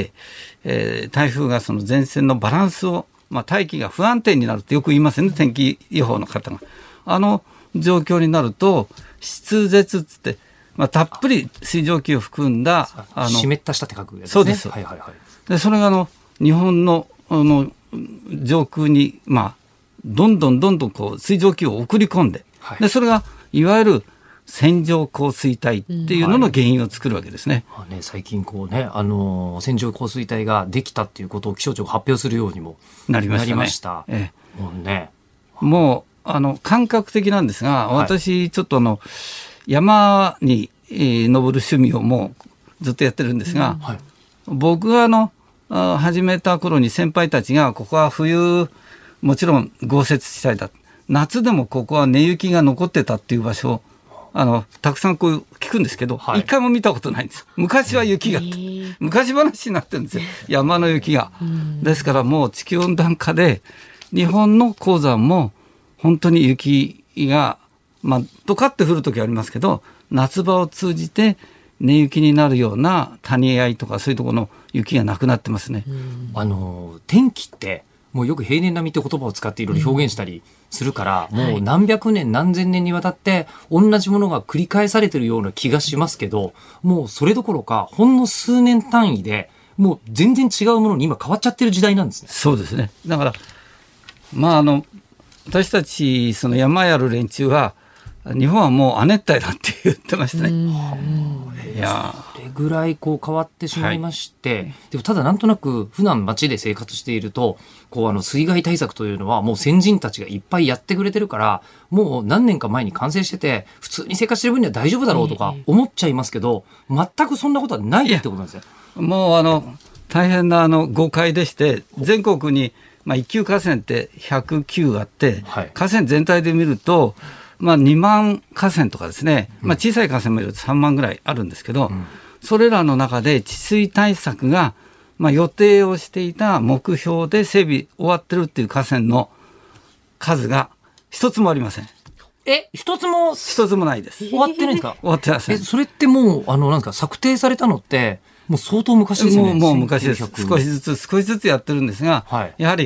えー、台風がその前線のバランスを、まあ、大気が不安定になるってよく言いますよね、天気予報の方が。あの状況になると湿絶つって、まあ、たっぷり水蒸気を含んだあの湿った下って書くやつですね。 そうです、はいはいはい、でそれがあの日本の、あの上空に、まあ、どんどんどんどんこう水蒸気を送り込んで、はい、でそれがいわゆる線状降水帯っていうのの原因を作るわけですね。 うん、はい、ね、最近こうね、あのー、線状降水帯ができたっていうことを気象庁が発表するようにもなりましたね。なりました。ええ、もうね、 もうあの感覚的なんですが、私ちょっとあの山に、えー、登る趣味をもうずっとやってるんですが、うん、はい、僕があのあ始めた頃に先輩たちがここは冬もちろん豪雪地帯だ、夏でもここは根雪が残ってたっていう場所をあのたくさんこう聞くんですけど、はい、一回も見たことないんですよ。昔は雪が、えー、昔話になってるんですよ、山の雪が。ですからもう地球温暖化で日本の鉱山も本当に雪が、まあ、ドカッと降るときありますけど、夏場を通じて根雪になるような谷合とかそういうところの雪がなくなってますね。 あの天気ってもうよく平年並みって言葉を使っていろいろ表現したりするから、うん、もう何百年何千年にわたって同じものが繰り返されているような気がしますけど、もうそれどころかほんの数年単位でもう全然違うものに今変わっちゃってる時代なんですね。 そうですね。だからまああの私たちその山やる連中は日本はもう亜熱帯だって言ってましたね。 いやそれぐらいこう変わってしまいまして、はい、でもただなんとなく普段街で生活しているとこうあの水害対策というのはもう先人たちがいっぱいやってくれてるからもう何年か前に完成してて普通に生活してる分には大丈夫だろうとか思っちゃいますけど、全くそんなことはないってことなんですよ。 もうあの大変なあの誤解でして、全国にまあ一級河川ってひゃくきゅうあって、はい、河川全体で見るとまあ、にまん河川とかですね、まあ、小さい河川もいるとさんまんぐらいあるんですけど、うん、それらの中で治水対策が、まあ、予定をしていた目標で整備終わってるっていう河川の数が一つもありません。 え、一つも一つもないです。 終わってないんですか？ 終わってません。 え、それってもうあのなんですか、策定されたのってもう相当昔ですね。 もう、もう昔です。少しずつ少しずつやってるんですが、はい、やはり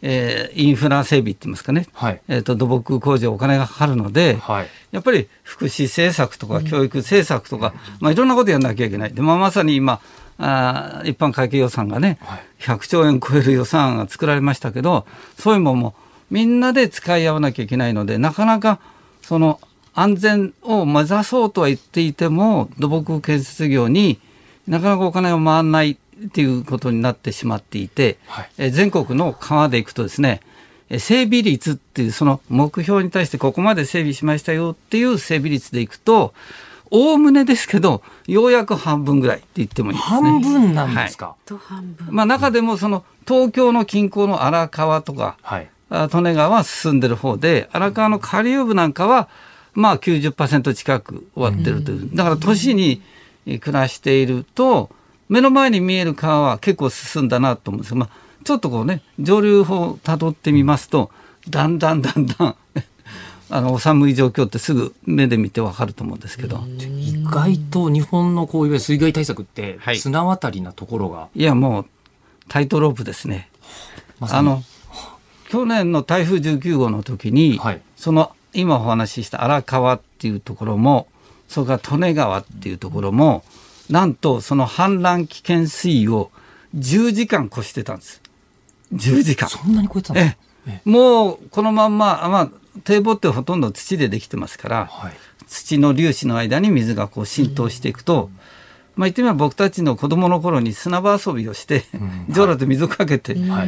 えー、インフラ整備って言いますかね、はい、えーと、土木工事お金がかかるので、はい、やっぱり福祉政策とか教育政策とか、うんまあ、いろんなことやらなきゃいけない。で、まあ、まさに今あ一般会計予算がね、はい、ひゃくちょうえん超える予算が作られましたけど、そういうものもみんなで使い合わなきゃいけないので、なかなかその安全を目指そうとは言っていても、土木建設業になかなかお金が回らないっていうことになってしまっていて、はい、え全国の川でいくとですね、整備率っていうその目標に対してここまで整備しましたよっていう整備率でいくと、おおむねですけどようやく半分ぐらいって言ってもいいですね。 半分なんですか。 はい、まあ、中でもその東京の近郊の荒川とか、はい、利根川は進んでる方で、荒川の下流部なんかはまあ きゅうじゅっパーセント 近く終わってるという、だから都市に暮らしていると目の前に見える川は結構進んだなと思うんですが、まあ、ちょっとこうね上流法をたどってみますと、だんだんだんだんあのお寒い状況ってすぐ目で見てわかると思うんですけど、 意外と日本のこういう水害対策って綱渡りなところが、はい、 いやもうタイトロープですね。ま、あの去年の台風じゅうきゅうごうの時に、はい、その今お話しした荒川っていうところも、それから利根川っていうところも、なんとその氾濫危険水位をじゅうじかん越してたんです。じゅうじかん。 そんなに超えてたんですか。 ええ、もうこのまんま、まあ、堤防ってほとんど土でできてますから、はい、土の粒子の間に水がこう浸透していくと、まあ、言ってみれば僕たちの子供の頃に砂場遊びをして、じょうろで水をかけて、はい、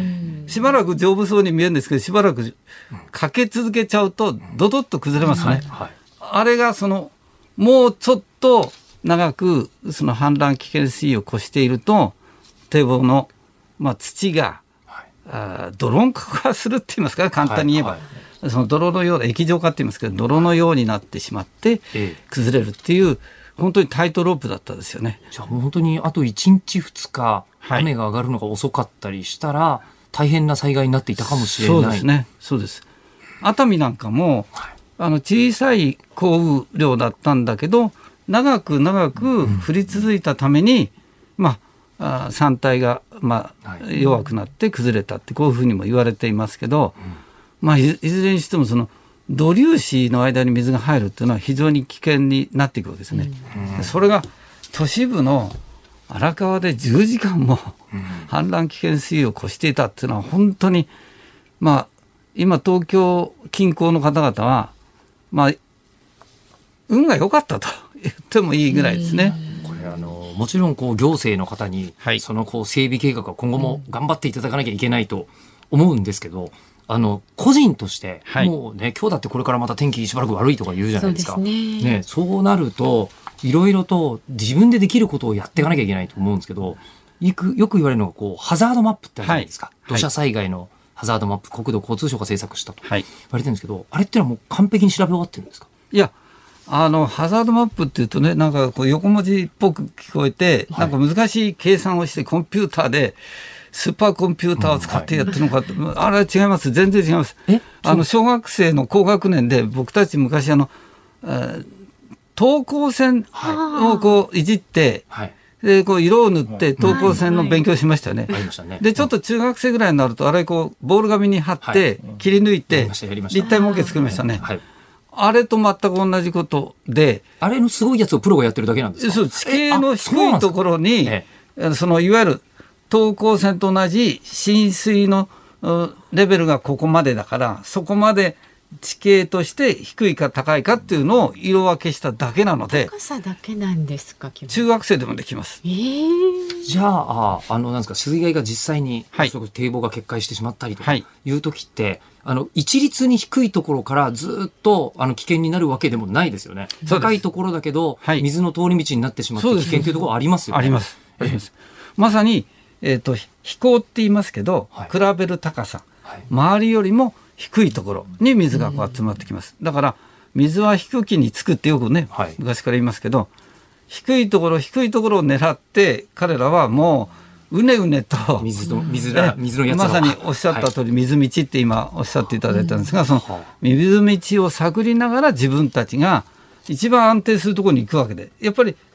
しばらく丈夫そうに見えるんですけど、しばらくかけ続けちゃうとドドッと崩れますね。はいはい、あれがそのもうちょっと長くその氾濫危険水位を越していると、堤防の、まあ、土が、はい、あ泥ん化化するって言いますか、簡単に言えば、はいはい、その泥のような液状化って言いますけど、泥のようになってしまって崩れるっていう、本当にタイトロープだったですよね。 じゃあ本当にあといちにちふつか雨が上がるのが遅かったりしたら、はい、大変な災害になっていたかもしれない。 そうですね、そうです。熱海なんかも、はい、あの小さい降雨量だったんだけど、長く長く降り続いたために、うん、まあ、あ山体が、まあ、はい、弱くなって崩れたってこういうふうにも言われていますけど、うん、まあ、い, いずれにしてもその土粒子の間に水が入るっていうのは非常に危険になっていくわけですね。うん、それが都市部の荒川でじゅうじかんも氾濫危険水位を越していたっていうのは本当に、まあ、今東京近郊の方々は、まあ、運が良かったと言ってもいいぐらいですね。 これあのもちろんこう行政の方に、はい、そのこう整備計画は今後も頑張っていただかなきゃいけないと思うんですけど、あの個人として、はい、もうね今日だってこれからまた天気しばらく悪いとか言うじゃないですか。そうですね。ね、そうなるといろいろと自分でできることをやっていかなきゃいけないと思うんですけど、よくよく言われるのがこうハザードマップってあるじゃないですか。はい、土砂災害のハザードマップ、国土交通省が制作したと言われてるんですけど、はい、あれってのはもう完璧に調べ終わってるんですか。 いや、あのハザードマップっていうとね、なんかこう横文字っぽく聞こえて、はい、なんか難しい計算をしてコンピューターでスーパーコンピューターを使ってやってるのかって、うんはい、あれは違います。全然違います。あの小学生の高学年で僕たち昔あの、えー、等高線をこういじって、はい、でこう色を塗って等高線の勉強しましたよね。でちょっと中学生ぐらいになるとあれこうボール紙に貼って切り抜いて立体模型作りましたね。はい、あれと全く同じことで、 あれのすごいやつをプロがやってるだけなんですか。 そう、地形の低いところに、ええ、そのいわゆる等高線と同じ浸水のレベルがここまでだから、そこまで地形として低いか高いかっていうのを色分けしただけなので。 高さだけなんですか。 中学生でもできます。 えー、 じゃあ、あのなんですか、水害が実際に、はい、堤防が決壊してしまったりとかいう時って、はい、あの一律に低いところからずっとあの危険になるわけでもないですよね。高いところだけど、はい、水の通り道になってしまって危険というところはありますよね。 あります。あります。まさに、えーと、飛行って言いますけど、はい、比べる高さ、はい、周りよりも低いところに水がこう集まってきます。だから水は低きにつくってよくね、はい、昔から言いますけど、低いところ低いところを狙って彼らはもううねうねと水と水が水のやつまさにおっしゃった通り、水道って今おっしゃっていただいたんですが、その水道を探りながら自分たちが一番安定するところに行くわけで、やっぱり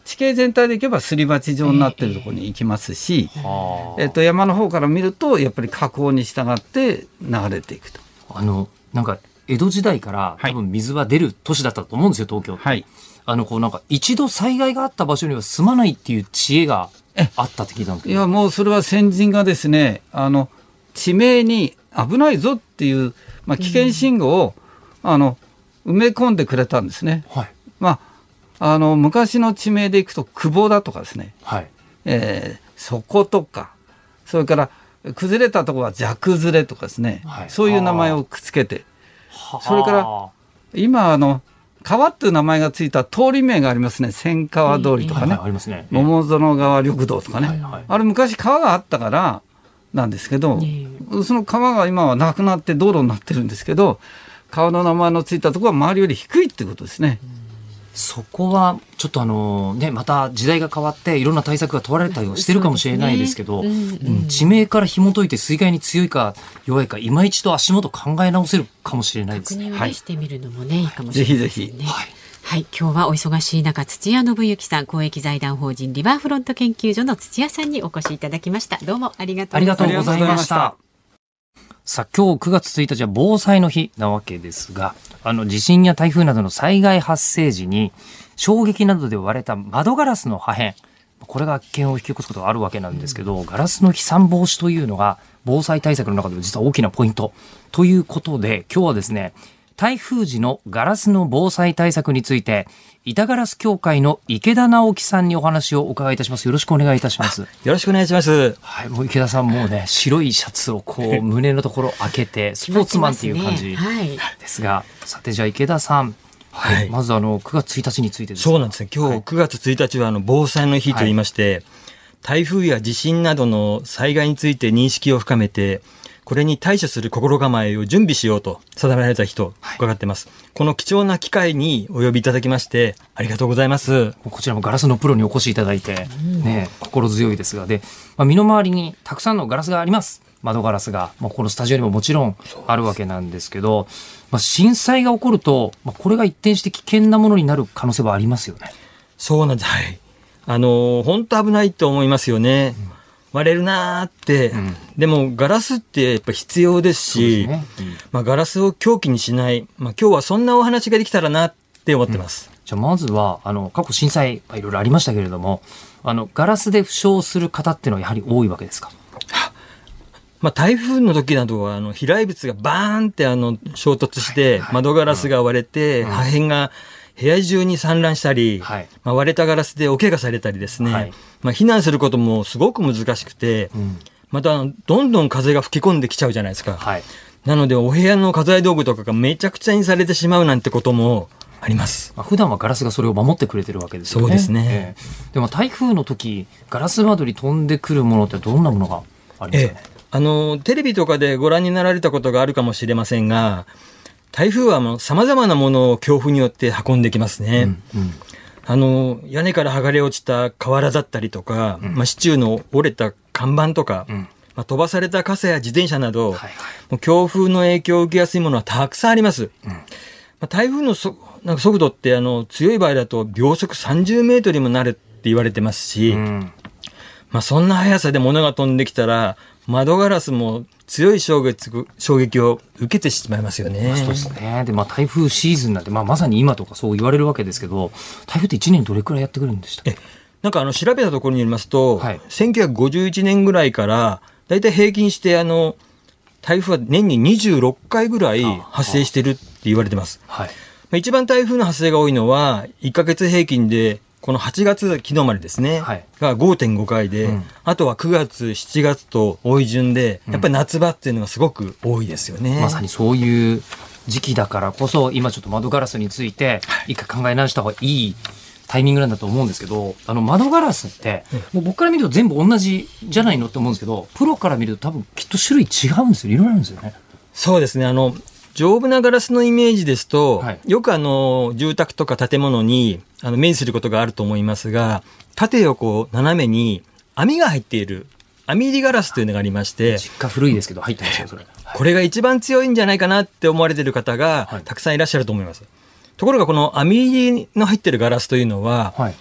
地形全体でいけばすり鉢状になっているところに行きますし、えーえー、と山の方から見るとやっぱり河口に従って流れていくと。 あのなんか江戸時代から多分水は出る都市だったと思うんですよ、東京って。はい、あのこうなんか一度災害があった場所には住まないっていう知恵があったって聞いたんですけど。 いやもうそれは先人がですね、あの地名に危ないぞっていう、まあ、危険信号を、うん、あの埋め込んでくれたんですね。はい、まああの昔の地名でいくと久保だとかですね、はいえー、そことか、それから崩れたところは蛇崩れとかですね、はい、そういう名前をくっつけて、それから今あの川っていう名前がついた通り名がありますね。千川通りとかね、はいはい、桃園川緑道とかね、はいはい、あれ昔川があったからなんですけど、その川が今はなくなって道路になってるんですけど、川の名前のついたところは周りより低いっていうことですね。 そこはちょっとあのね、また時代が変わっていろんな対策が問われたりはしてるかもしれないですけど、ねうんうん、地名から紐解いて水害に強いか弱いか今一度足元考え直せるかもしれないですね。 確認を、ね、してみるのもね、いいかもしれないですね。ぜひぜひ、 はいはい、今日はお忙しい中、土屋信之さん、公益財団法人リバーフロント研究所の土屋さんにお越しいただきました。どうもありがとうございました。 ありがとうございました。さあ今日くがつついたちは防災の日なわけですが、あの地震や台風などの災害発生時に衝撃などで割れた窓ガラスの破片、これが危険を引き起こすことがあるわけなんですけど、うん、ガラスの飛散防止というのが防災対策の中で実は大きなポイントということで、今日はですね、台風時のガラスの防災対策について板ガラス協会の池田直樹さんにお話をお伺いいたします。よろしくお願いいたします。 よろしくお願いします。 はい、もう池田さんもうね、白いシャツをこう胸のところ開けてスポーツマンっていう感じですが、はい、さてじゃあ池田さん、はいはい、まずあのくがつついたちについてです。 そうなんですね。今日くがつついたちはあの防災の日といいまして、はい、台風や地震などの災害について認識を深めて、これに対処する心構えを準備しようと定められた日と伺っています、はい、この貴重な機会にお呼びいただきましてありがとうございます。 こちらもガラスのプロにお越しいただいて、ね、心強いですが、で、まあ、身の回りにたくさんのガラスがあります。窓ガラスが、まあ、このスタジオにももちろんあるわけなんですけど、まあ、震災が起こると、まあ、これが一転して危険なものになる可能性はありますよね。 そうなんです、はい、あの本当危ないと思いますよね、うん、割れるなーって、うん、でもガラスってやっぱ必要ですし、そうですね、うんまあ、ガラスを凶器にしない、まあ、今日はそんなお話ができたらなって思ってます、 うん、じゃあまずはあの過去震災いろいろありましたけれども、あのガラスで負傷する方っていうのはやはり多いわけですか。 まあ、台風の時などはあの飛来物がバーンってあの衝突して窓ガラスが割れて破片が部屋中に散乱したり、はいまあ、割れたガラスでお怪我されたりですね、はいまあ、避難することもすごく難しくて、うん、またどんどん風が吹き込んできちゃうじゃないですか、はい、なのでお部屋の家財道具とかがめちゃくちゃにされてしまうなんてこともあります。 まあ、普段はガラスがそれを守ってくれてるわけですよね。 そうですね、 えー、でも台風の時ガラス窓に飛んでくるものってどんなものがありますかね。 えーあのテレビとかでご覧になられたことがあるかもしれませんが、台風はさまざまなものを強風によって運んできますね、うんうん、あの屋根から剥がれ落ちた瓦だったりとか、うんまあ、支柱の折れた看板とか、うんまあ、飛ばされた傘や自転車など、はいはい、もう強風の影響を受けやすいものはたくさんあります、うんまあ、台風のそなんか速度ってあの強い場合だと秒速さんじゅうメートルにもなるって言われてますし、うんまあ、そんな速さで物が飛んできたら窓ガラスも強い衝撃、衝撃を受けてしまいますよね。 そうですね。で、まあ、台風シーズンなんて、まあ、まさに今とかそう言われるわけですけど、台風っていちねんどれくらいやってくるんでしたっけ？ えなんかあの調べたところによりますと、はい、せんきゅうひゃくごじゅういちねんぐらいからだいたい平均してあの台風は年ににじゅうろっかいぐらい発生してるって言われてます。はい、まあ、一番台風の発生が多いのはいっかげつ平均でこのはちがつ昨日までですね、はい、が ごてんごかいで、うん、あとはくがつしちがつと多い順で、やっぱり夏場っていうのがすごく多いですよね、 うん、まさにそういう時期だからこそ今ちょっと窓ガラスについて一回考え直した方がいいタイミングなんだと思うんですけど、あの窓ガラスって、もう僕から見ると全部同じじゃないのって思うんですけど、プロから見ると多分きっと種類違うんですよ。いろいろあるんですよね。 そうですね。あの丈夫なガラスのイメージですと、はい、よくあの住宅とか建物にあの目にすることがあると思いますが、縦横斜めに網が入っている網入りガラスというのがありまして、 実家古いですけど入ってますよそれ、 はい、これが一番強いんじゃないかなって思われている方がたくさんいらっしゃると思います、はい、ところがこの網入りの入っているガラスというのは、はい、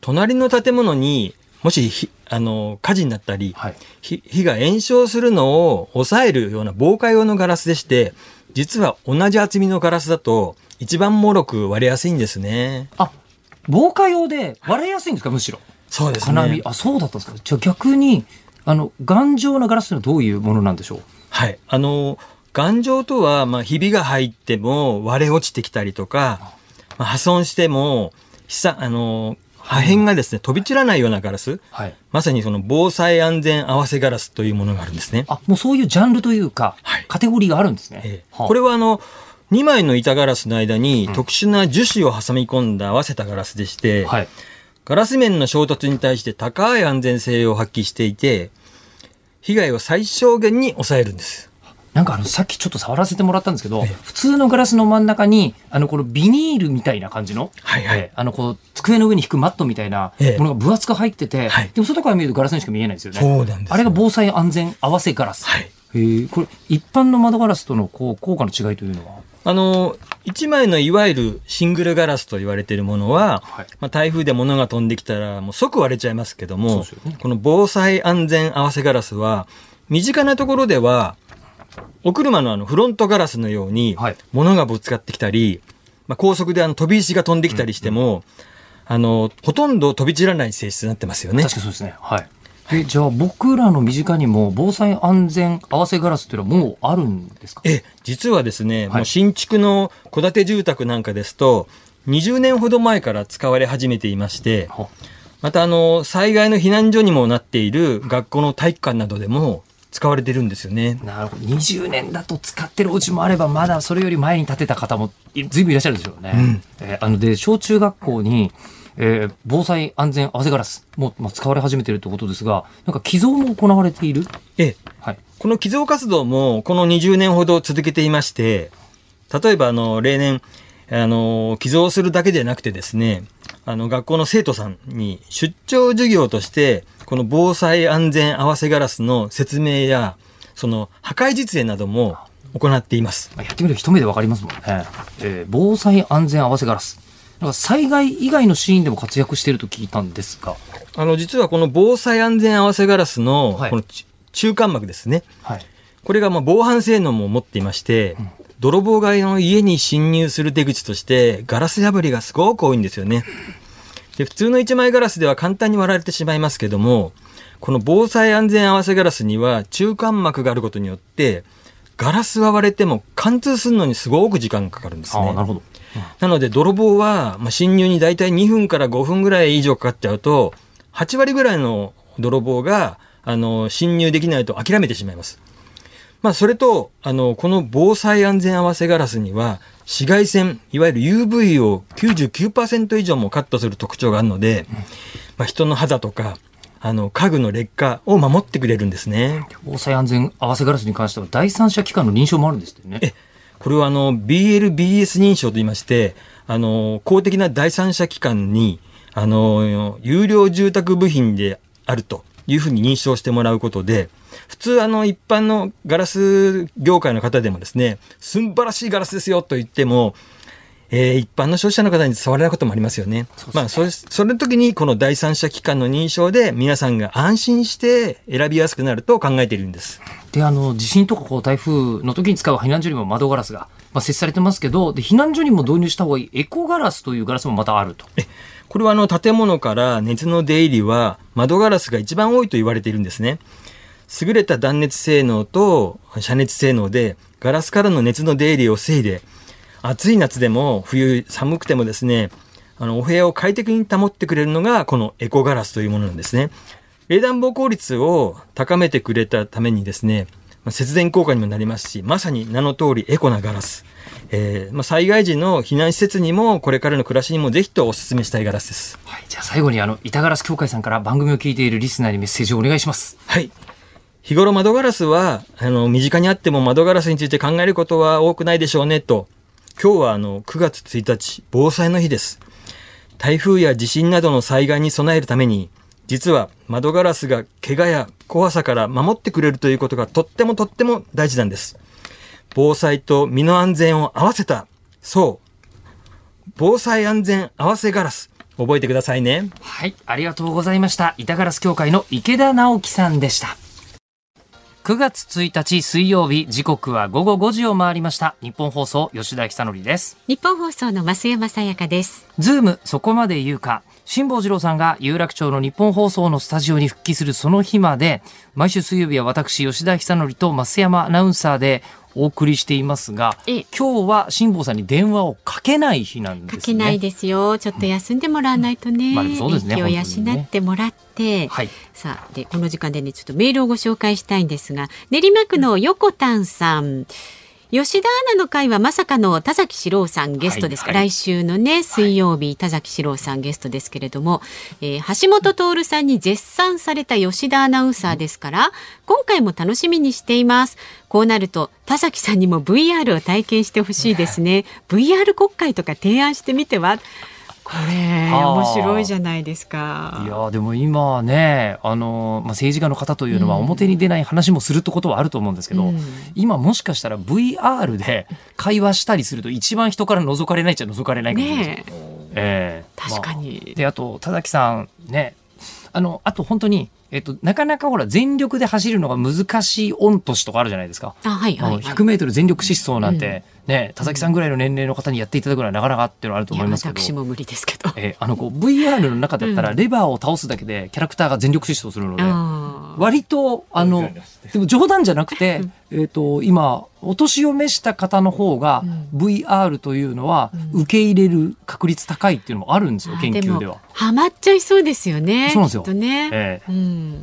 隣の建物にもしひあの火事になったり、はい、火, 火が延焼するのを抑えるような防火用のガラスでして、実は同じ厚みのガラスだと一番脆く割れやすいんですね。 あ、防火用で割れやすいんですか、むしろ。 そうですね。 金網、あ、そうだったんですか。じゃあ逆にあの頑丈なガラスというのはどういうものなんでしょう。 はい、あの頑丈とは、まあ、ひびが入っても割れ落ちてきたりとか、まあ、破損してもさあの破片がですね、飛び散らないようなガラス、はい、まさにその防災安全合わせガラスというものがあるんですね。 あ、もうそういうジャンルというか、はい、カテゴリーがあるんですね。 ええ、はあ、これはあのにまいの板ガラスの間に特殊な樹脂を挟み込んだ合わせたガラスでして、うん、はい、ガラス面の衝突に対して高い安全性を発揮していて、被害を最小限に抑えるんです。 なんかあのさっきちょっと触らせてもらったんですけど、ええ、普通のガラスの真ん中にあのこのビニールみたいな感じの、はいはい、えあのこう机の上に引くマットみたいなものが分厚く入ってて、え、でも外から見るとガラスにしか見えないですよね。 そうなんです。 あれが防災安全合わせガラス。はい、えー、これ一般の窓ガラスとのこう効果の違いというのは、 あのいちまいのいわゆるシングルガラスと言われているものは、はい、まあ、台風で物が飛んできたらもう即割れちゃいますけども、ね、この防災安全合わせガラスは身近なところではお車のあのフロントガラスのように物がぶつかってきたり、まあ、高速であの飛び石が飛んできたりしても、うんうん、あのほとんど飛び散らない性質になってますよね。 確かにそうですね。はい。えじゃあ僕らの身近にも防災安全合わせガラスというのはもうあるんですか。 え実はですね、はい、もう新築の戸建て住宅なんかですとにじゅうねんほど前から使われ始めていまして、またあの災害の避難所にもなっている学校の体育館などでも使われてるんですよね。 なるほど。にじゅうねんだと使ってるお家もあれば、まだそれより前に建てた方もずいぶんいらっしゃるでしょうね。うん、えー、あので小中学校に、えー、防災安全合わせガラスも、まあ、使われ始めているということですが、なんか寄贈も行われている。 ええ、はい、この寄贈活動もこのにじゅうねんほど続けていまして、例えばあの例年あの寄贈するだけでなくてですね、あの学校の生徒さんに出張授業としてこの防災安全合わせガラスの説明やその破壊実演なども行っています。 やってみると一目で分かりますもんね。えー、防災安全合わせガラス、なんか災害以外のシーンでも活躍していると聞いたんですが、 あの実はこの防災安全合わせガラスのこの中間膜ですね、はい、これがまあ防犯性能も持っていまして、うん、泥棒がの家に侵入する出口としてガラス破りがすごく多いんですよね。で普通のいちまいガラスでは簡単に割られてしまいますけども、この防災安全合わせガラスには中間膜があることによってガラスは割れても貫通するのにすごく時間がかかるんですね。 あ、なるほど。うん、 なので泥棒は、まあ、侵入にだいたいにふんからごふんぐらい以上かかっちゃうとはちわりぐらいの泥棒があの侵入できないと諦めてしまいます。まあ、それとあのこの防災安全合わせガラスには紫外線いわゆる ユーブイ を きゅうじゅうきゅうパーセント 以上もカットする特徴があるので、まあ、人の肌とかあの家具の劣化を守ってくれるんですね。 防災安全合わせガラスに関しては第三者機関の認証もあるんですよね。 えこれはあの ビーエルビーエス 認証といいまして、あの公的な第三者機関にあの有料住宅部品であるというふうに認証してもらうことで、普通あの一般のガラス業界の方でもですね、素晴らしいガラスですよと言っても、えー、一般の消費者の方に伝わらないこともありますよね。そうですね。まあ、それ、それの時にこの第三者機関の認証で皆さんが安心して選びやすくなると考えているんです。 で、あの地震とかこう台風の時に使う避難所にも窓ガラスが、まあ、設置されてますけど、で避難所にも導入した方がいいエコガラスというガラスもまたあると。 えこれはあの建物から熱の出入りは窓ガラスが一番多いと言われているんですね。優れた断熱性能と遮熱性能でガラスからの熱の出入りを防いで、暑い夏でも冬寒くてもですね、あのお部屋を快適に保ってくれるのがこのエコガラスというものなんですね。冷暖房効率を高めてくれたためにですね、節電効果にもなりますし、まさに名の通りエコなガラス、えーまあ、災害時の避難施設にもこれからの暮らしにもぜひとお勧めしたいガラスです。 はい、じゃあ最後にあの板ガラス協会さんから番組を聞いているリスナーにメッセージをお願いします。 はい、日頃窓ガラスはあの身近にあっても窓ガラスについて考えることは多くないでしょうねと。今日はあのくがつついたち防災の日です。台風や地震などの災害に備えるために、実は窓ガラスが怪我や怖さから守ってくれるということがとってもとっても大事なんです。防災と身の安全を合わせた、そう防災安全合わせガラス、 覚えてくださいね。 はい、ありがとうございました。板ガラス協会の池田直樹さんでした。くがつついたち水曜日、時刻はごごごじを回りました。日本放送吉田久典です。 日本放送の増山さやかです。 ズームそこまで言うか。辛坊治郎さんが有楽町の日本放送のスタジオに復帰するその日まで、毎週水曜日は私吉田久典と増山アナウンサーでお送りしていますが、今日は辛坊さんに電話をかけない日なんですね。 かけないですよ。ちょっと休んでもらわないとね。 うんまあ、そうですね。 気を養ってもらって、 はい、 さあでこの時間でねちょっとメールをご紹介したいんですが、練馬区の横丹さん。吉田アナの会はまさかの田崎史郎さんゲストですか、はいはい、来週のね水曜日、はい、田崎史郎さんゲストですけれども、えー、橋本徹さんに絶賛された吉田アナウンサーですから、今回も楽しみにしています。こうなると田崎さんにも ブイアール を体験してほしいですね。ブイアール 国会とか提案してみては。これ面白いじゃないですか。 いやでも今ねあの、まあ、政治家の方というのは表に出ない話もするってことはあると思うんですけど、うん、今もしかしたら ブイアール で会話したりすると一番人から覗かれないっちゃ覗かれないかもしれないです、ねえー、 確かに、 まあ、であと田崎さんねあのあと本当にえっと、なかなかほら全力で走るのが難しい御年とかあるじゃないですか。 あ、はいはいはい、 ひゃくメートル全力疾走なんて、うんね、田崎さんぐらいの年齢の方にやっていただくのはなかなかっていうのはあると思いますけど、 私も無理ですけど、 えー、あのこう ブイアール の中だったらレバーを倒すだけでキャラクターが全力疾走するので、うん、割とあのでも冗談じゃなくて、えー、と今お年を召した方の方が ブイアール というのは受け入れる確率高いっていうのもあるんですよ、うん、研究では。 ハマっちゃいそうですよね。 そうなんですよ、 きっとね、 えーうん、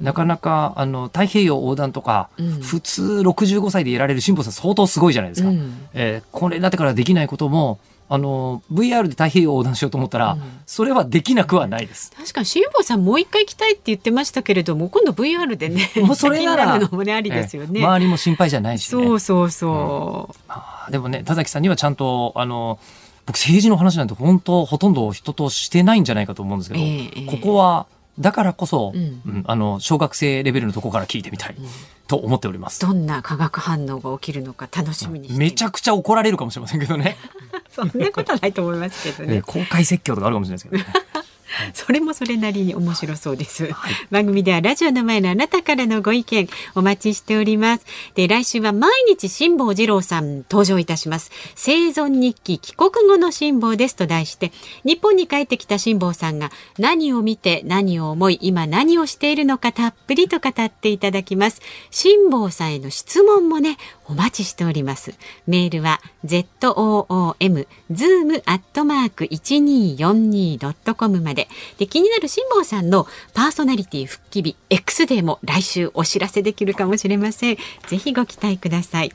なかなかあの太平洋横断とか、うん、普通ろくじゅうごさいでやられる辛坊さん相当すごいじゃないですか、うんえー、これだってからできないこともあの ブイアール で太平洋横断しようと思ったら、うん、それはできなくはないです。 確かに辛坊さんもう一回行きたいって言ってましたけれども、今度 ブイアール でねもうそれならのも、ね、ありですよね、 えー、周りも心配じゃないしね。 そうそうそう、 うんまあ、でもね田崎さんにはちゃんとあの僕政治の話なんて本当ほとんど人としてないんじゃないかと思うんですけど、えー、ここはだからこそ、うんうん、あの小学生レベルのところから聞いてみたいと思っております、 うん、どんな化学反応が起きるのか楽しみにして、 めちゃくちゃ怒られるかもしれませんけどねそんなことはないと思いますけどね、 えー、公開説教とかあるかもしれないですけどねそれもそれなりに面白そうです、はい、番組ではラジオの前のあなたからのご意見お待ちしております。で来週は毎日辛坊治郎さん登場いたします。生存日記帰国後の辛坊ですと題して、日本に帰ってきた辛坊さんが何を見て何を思い今何をしているのかたっぷりと語っていただきます。辛坊さんへの質問もねお待ちしております。メールは ズーム ズーム アットマーク いちにーよんにー ドットコム まで。で気になる辛坊さんのパーソナリティ復帰日 X デーも来週お知らせできるかもしれません。ぜひご期待ください。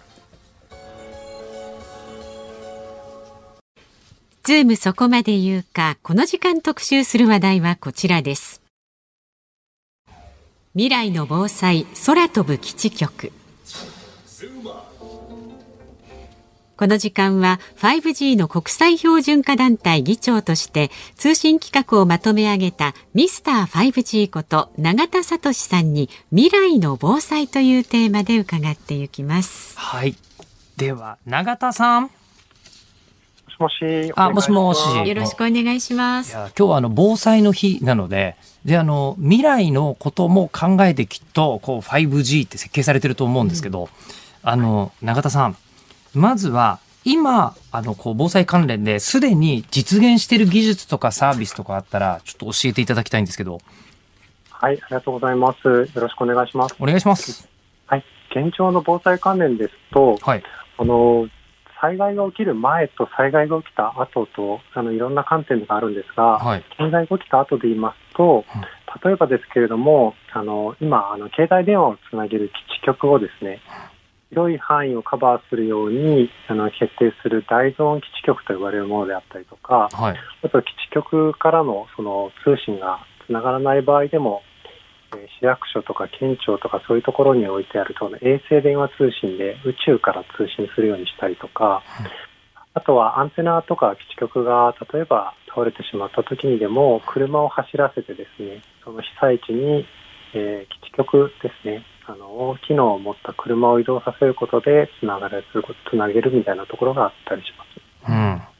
ズームそこまで言うか。この時間特集する話題はこちらです。未来の防災空飛ぶ基地局。この時間は ファイブジー の国際標準化団体議長として通信規格をまとめ上げたミスター ファイブジー こと永田聡さんに未来の防災というテーマで伺っていきます。 はい。では永田さん。 もしもし。 あ、もしもし。 よろしくお願いします。 いや今日はあの防災の日なので、であの未来のことも考えてきっとこう ファイブジー って設計されてると思うんですけど、うん、あの永田さん。まずは今あのこう防災関連ですでに実現している技術とかサービスとかあったらちょっと教えていただきたいんですけど。 はい、ありがとうございます。よろしくお願いします。 お願いします。 はい、現状の防災関連ですと、はい、あの災害が起きる前と災害が起きた後とあのいろんな観点があるんですが、はい、災害が起きた後で言いますと、うん、例えばですけれどもあの今あの携帯電話をつなげる基地局をですね広い範囲をカバーするようにあの決定する大ゾーン基地局と呼ばれるものであったりとか、はい、あと基地局からのその通信がつながらない場合でも、えー、市役所とか県庁とかそういうところに置いてあるその衛星電話通信で宇宙から通信するようにしたりとか、うん、あとはアンテナとか基地局が例えば倒れてしまった時にでも車を走らせてですねその被災地に、えー、基地局ですねあの機能を持った車を移動させることでつながれるつなげるみたいなところがあったりします。 うん、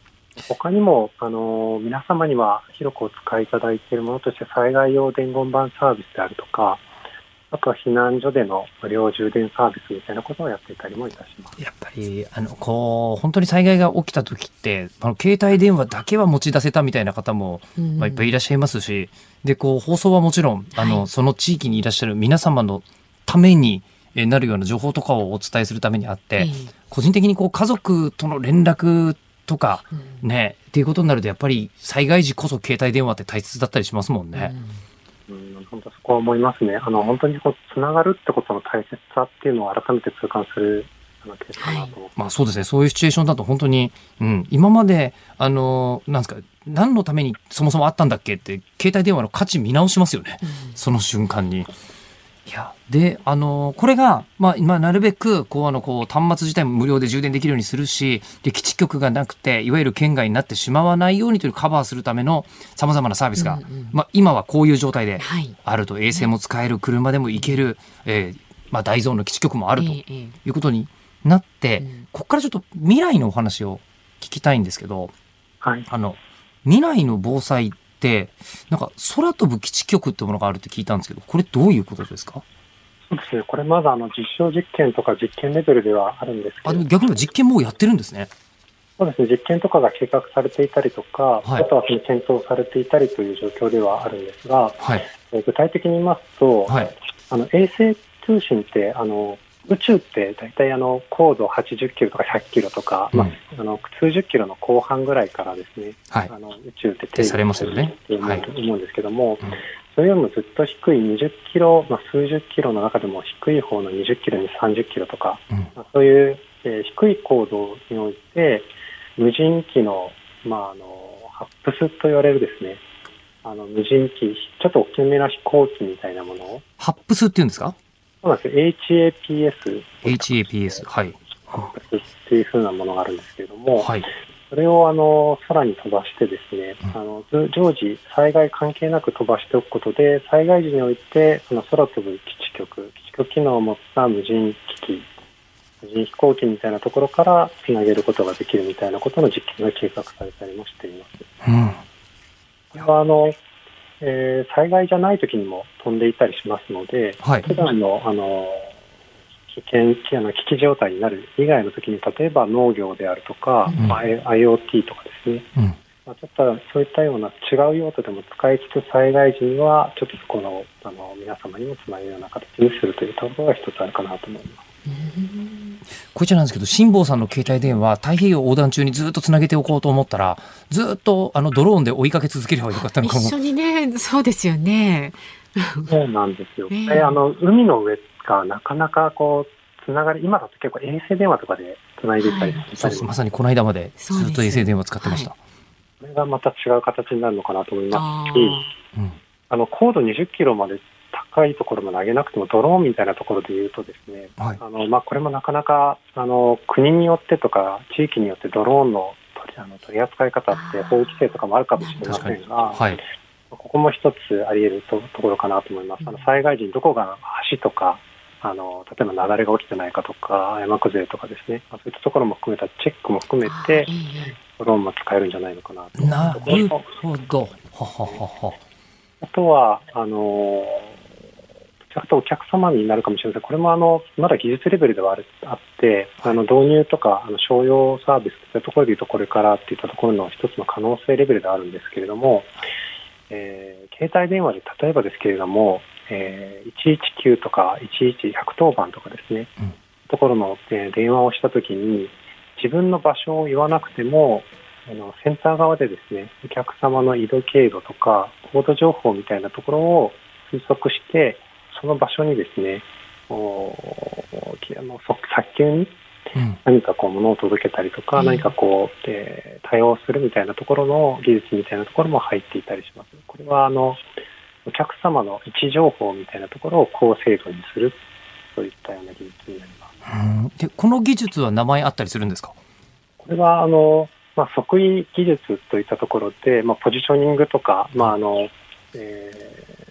他にもあの皆様には広くお使いいただいているものとして、災害用伝言板サービスであるとか、あとは避難所での無料充電サービスみたいなことをやっていたりもいたします。 やっぱりあのこう本当に災害が起きた時ってあの携帯電話だけは持ち出せたみたいな方も、まあ、いっぱいいらっしゃいますし、でこう放送はもちろんあの、はい、その地域にいらっしゃる皆様のためになるような情報とかをお伝えするためにあって、うん、個人的にこう家族との連絡とか、うん、ねっていうことになるとやっぱり災害時こそ携帯電話って大切だったりしますもんね。 うんうん、本当そこは思いますね。あの本当にこうつながるってことの大切さっていうのを改めて痛感するケースかなと思って、はい、 まあそうですね。そういうシチュエーションだと本当に、うん、今まであのなんですか何のためにそもそもあったんだっけって携帯電話の価値見直しますよね、うん、その瞬間に。いやであのこれが、まあ、今なるべくこうあのこう端末自体も無料で充電できるようにするし、で基地局がなくていわゆる県外になってしまわないようにというカバーするためのさまざまなサービスが、うんうんまあ、今はこういう状態であると、はい、衛星も使える、車でも行ける、えーまあ、大ゾーンの基地局もあるということになって、えーえー、ここからちょっと未来のお話を聞きたいんですけど、 はい、 あの未来の防災ってなんか空飛ぶ基地局ってものがあるって聞いたんですけど、これどういうことですか？ そうですね、これまだあの実証実験とか実験レベルではあるんですけど、 あでも逆に実験もやってるんですね。 そうですね、実験とかが計画されていたりとか、はい、あとはその検討されていたりという状況ではあるんですが、はい、えー、具体的に言いますと、はい、あの衛星通信ってあの宇宙って大体あの高度はちじゅっキロとかひゃっキロとか、うんまあ、あの数十キロの後半ぐらいからですね、はい、あの宇宙って定義されますよね。と思うんですけども、はい、それよりもずっと低いにじゅっキロ、まあ、数十キロの中でも低い方のにじゅっキロにさんじゅっキロとか、うんまあ、そういう、えー、低い高度において無人機の、まあ、あのハップスと言われるですね、あの無人機ちょっと大きめな飛行機みたいなものを、 ハップスっていうんですか？ そうなんですよ。エイチエーピーエスエイチエーピーエス はいハップスっていう風なものがあるんですけれども、 はい、 それをあの空に飛ばしてですね、あの常時災害関係なく飛ばしておくことで、災害時においてその空飛ぶ基地局基地局機能を持った無人機器無人飛行機みたいなところからつなげることができるみたいなことの実験が計画されたりもしています。うん、これはあのえー、災害じゃない時にも飛んでいたりしますので、はい、普段のあの危険あの危機状態になる以外の時に、例えば農業であるとか、うんまあ、アイオーティー とかですね、うんまあ、ちょっとそういったような違う用途でも使いつつ、災害時にはちょっとそこの、あの皆様にもつなぐような形にするというところが一つあるかなと思います。 こちらなんですけど、辛坊さんの携帯電話太平洋横断中にずっとつなげておこうと思ったら、ずっとあのドローンで追いかけ続ければよかったのかも。 一緒にね、そうですよね。 そうなんですよ、えー、あの海の上がなかなかこうつながり、今だと結構衛星電話とかでつないでいたりしてたり、はい、 そうです。まさにこの間までずっと衛星電話使ってました。 これがまた違う形になるのかなと思いますし、あ、うん、あの高度にじゅっキロまで高いところまで上げなくてもドローンみたいなところでいうとですね、はい、あのまあ、これもなかなかあの国によってとか地域によってドローンの取り、あの取り扱い方って法規制とかもあるかもしれませんが、はい、ここも一つあり得る と, ところかなと思います。あの災害時にどこが橋とかあの例えば雪崩が起きてないかとか山崩れとかですね、そういったところも含めたチェックも含めてドローンも使えるんじゃないのかなと。 なるほど。はははは。 あとはあのあとお客様になるかもしれません。これもあのまだ技術レベルでは あ, るあってあの導入とかあの商用サービスといったところでいうとこれからっていったところの一つの可能性レベルではあるんですけれども、えー、携帯電話で例えばですけれども、えー、いちいちきゅうとかいちいちいちと番とかですね、うん、ところの、えー、電話をしたときに自分の場所を言わなくてもあのセンター側でですね、お客様の移動経路とかコード情報みたいなところを推測してその場所にですね、おあの早急に何かこう物を届けたりとか、うん、何かこう、えー、対応するみたいなところの技術みたいなところも入っていたりします。これはあのお客様の位置情報みたいなところを高精度にするといったような技術になります。 うん、でこの技術は名前あったりするんですか？ これはあの、まあ、測位技術といったところで、まあ、ポジショニングとか、まああのえー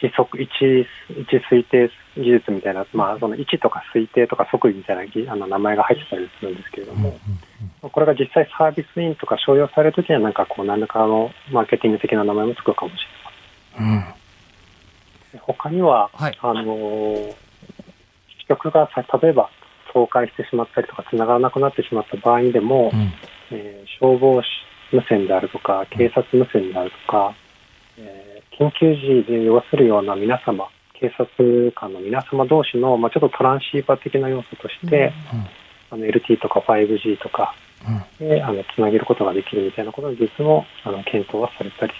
位測、位置、位置推定技術みたいな、まあ、その位置とか推定とか測位みたいなぎあの名前が入ってたりするんですけれども、これが実際サービスインとか商用されるときには、なんかこう、何らかのマーケティング的な名前もつくかもしれません。うん、他には、はい、あのー、支局がさ、例えば倒壊してしまったりとか、つながらなくなってしまった場合にでも、うん、えー、消防無線であるとか、警察無線であるとか、えー緊急時で要するような皆様、警察官の皆様同士の、まあ、ちょっとトランシーバー的な要素として、うん、あの エルティー とか ファイブジー とかで、うん、あのつなげることができるみたいなことの技術もあの検討はされたりして、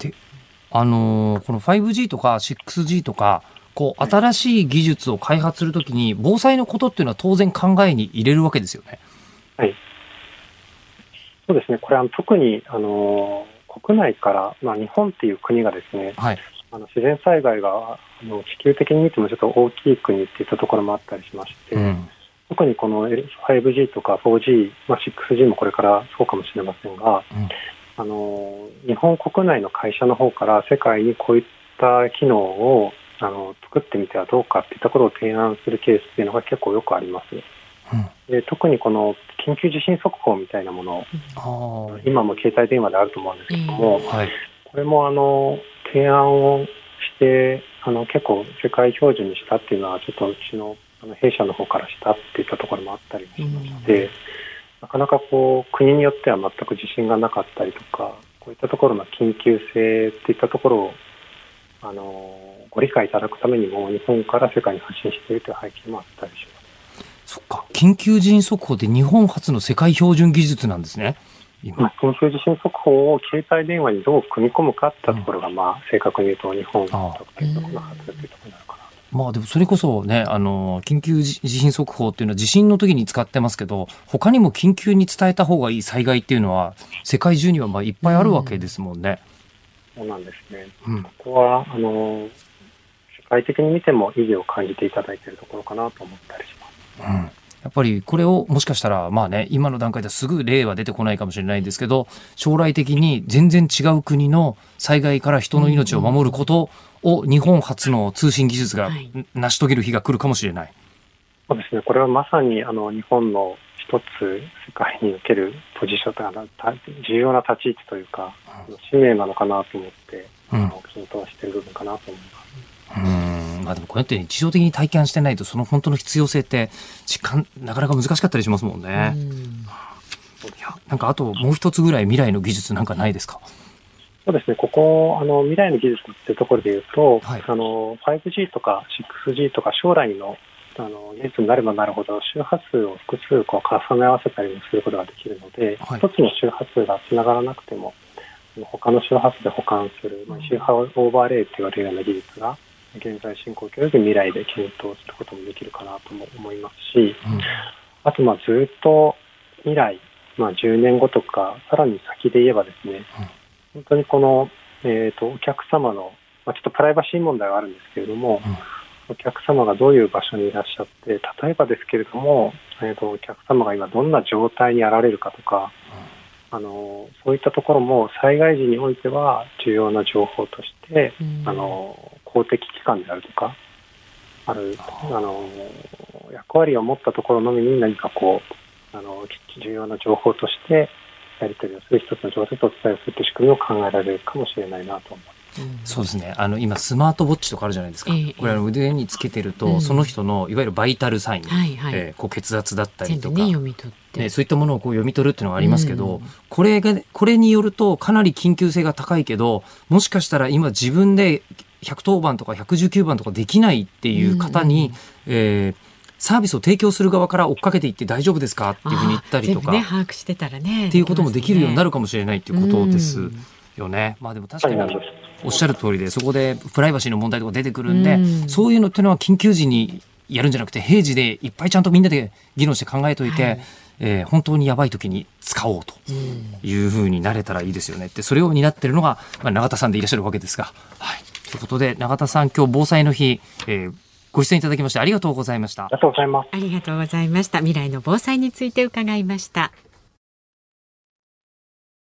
で、あのー、この ファイブジー とか シックスジー とかこう新しい技術を開発するときに防災のことっていうのは当然考えに入れるわけですよね。 はい。そうですね、これは特にあの国内から、まあ、日本っていう国がですね、はい、あの自然災害があの地球的に見てもちょっと大きい国っていったところもあったりしまして、うん、特にこの ファイブジー とか フォージー、まあ、シックスジー もこれからそうかもしれませんが、うん、あの日本国内の会社の方から世界にこういった機能をあの作ってみてはどうかっていったことを提案するケースっていうのが結構よくあります。うん、で特にこの緊急地震速報みたいなものを今も携帯電話であると思うんですけども、はい、これもあの提案をしてあの結構世界標準にしたっていうのはちょっとうちの、あの弊社の方からしたっていったところもあったりしまして、うん、なかなかこう国によっては全く自信がなかったりとか、こういったところの緊急性っていったところをあのご理解いただくためにも日本から世界に発信しているという背景もあったりします。 そっか、緊急地震速報って日本初の世界標準技術なんですね。 今緊急地震速報を携帯電話にどう組み込むかってところが、うん、まあ、正確に言うと日本の特にの発というところになるかな。 まあでもそれこそね、あの緊急地震速報っていうのは地震の時に使ってますけど、他にも緊急に伝えた方がいい災害っていうのは世界中にはまあいっぱいあるわけですもんね。 うん、そうなんですね。うん、ここはあの世界的に見ても意義を感じていただいているところかなと思ったりします。 うん、やっぱりこれをもしかしたらまあね、今の段階ではすぐ例は出てこないかもしれないんですけど、将来的に全然違う国の災害から人の命を守ることを日本初の通信技術が成し遂げる日が来るかもしれない。はい、 そうですね、これはまさにあの日本の一つ世界におけるポジションというか重要な立ち位置というか、うん、使命なのかなと思って、うん、検討している部分かなと思います。 うーん、まあ、でもこうやって日常的に体験してないとその本当の必要性って実感なかなか難しかったりしますもんね。うん、いや、なんかあともう一つぐらい未来の技術なんかないですか？ そうですね、ここあの未来の技術っていうところでいうと、はい、あの ファイブジー とか シックスジー とか将来のあの技術になればなるほど周波数を複数こう重ね合わせたりもすることができるので、はい、一つの周波数がつながらなくても他の周波数で保管する、まあ、周波オーバーレイと言われるような技術が現在進行形で未来で検討することもできるかなとも思いますし、うん、あとまあずっと未来、まあ、じゅうねんごとかさらに先で言えばですね、うん、本当にこの、えーと、お客様の、まあ、ちょっとプライバシー問題はあるんですけれども、うん、お客様がどういう場所にいらっしゃって、例えばですけれども、えーと、お客様が今どんな状態にあられるかとか、あのそういったところも災害時においては重要な情報として、うん、あの公的機関であるとかあるあの役割を持ったところのみに何かこうあの重要な情報としてやり取りをする一つの情報とお伝えするという仕組みを考えられるかもしれないなと思います。 そうですね、あの今スマートウォッチとかあるじゃないですか、えー、これは腕につけてると、うん、その人のいわゆるバイタルサイン、はいはい、えー、こう血圧だったりとか、ね、読み取って、ね、そういったものをこう読み取るっていうのがありますけど、うん、これがこれによるとかなり緊急性が高いけど、もしかしたら今自分でひゃくとおばんとかひゃくじゅうきゅうばんとかできないっていう方に、うんえー、サービスを提供する側から追っかけていって大丈夫ですかっていうふうに言ったりとか、 ね、把握してたらねっていうこともできるようになるかもしれないっていうことですよね。うん、まあでも確かにおっしゃる通りで、そこでプライバシーの問題とか出てくるんで、うん、そういうのっていうのは緊急時にやるんじゃなくて平時でいっぱいちゃんとみんなで議論して考えといて、はい、えー、本当にやばい時に使おうというふうになれたらいいですよねって、それを担っているのが、まあ、永田さんでいらっしゃるわけですが、はい、ということで永田さん、今日防災の日、えー、ご出演いただきましてありがとうございました。 ありがとうございます。 ありがとうございました。未来の防災について伺いました。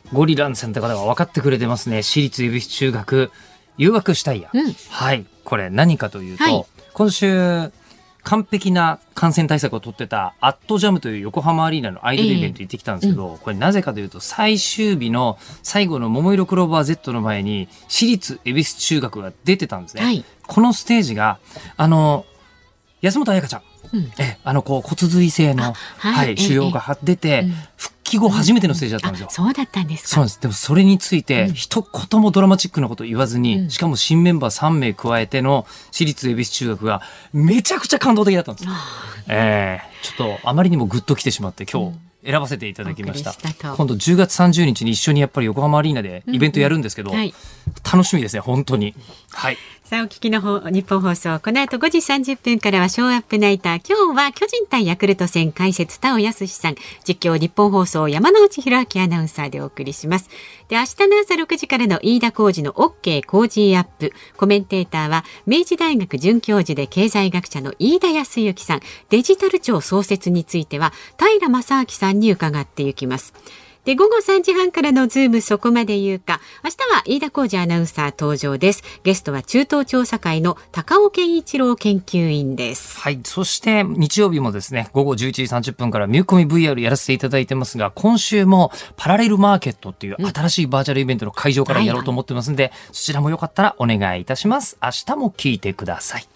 ゴリランさんって方が分かってくれてますね。私立恵比寿中学誘惑したいや、 うん、 はい、これ何かというと、はい、今週完璧な感染対策を取ってたアットジャムという横浜アリーナのアイドルイベントに行ってきたんですけど、えーうん、これなぜかというと最終日の最後の桃色クローバー Z の前に私立恵比寿中学が出てたんですね、はい、このステージがあの安本彩香ちゃん、うん、えあのこう骨髄性の、はいはい、腫瘍が出て、えー、復帰後初めてのステージだったんですよ、 うん、そうだったんですか。 そうなんです。でもそれについて一言もドラマチックなことを言わずに、うん、しかも新メンバーさん名加えての私立恵比寿中学がめちゃくちゃ感動的だったんです、えー、ちょっとあまりにもグッときてしまって今日選ばせていただきました、うん、今度じゅうがつさんじゅうにちに一緒にやっぱり横浜アリーナでイベントやるんですけど、うんうんはい、楽しみですね本当に。はい、 さあお聞きの方日本放送、この後ごじさんじゅっぷんからはショーアップナイター。今日は巨人対ヤクルト戦解説田尾康さん、実況日本放送山内弘明アナウンサーでお送りします。で明日の朝ろくじからの飯田浩司の OK 工事アップ、コメンテーターは明治大学准教授で経済学者の飯田康之さん、デジタル庁創設については平正明さんに伺っていきます。で午後さんじはんからのズームそこまで言うか、明日は飯田浩司アナウンサー登場です。ゲストは中東調査会の高尾健一郎研究員です。 はい、そして日曜日もですね午後じゅういちじさんじゅっぷんからミューコミ ブイアール やらせていただいてますが、今週もパラレルマーケットっていう新しいバーチャルイベントの会場からやろうと思ってますんで、うんはいはい、そちらもよかったらお願いいたします。明日も聞いてください。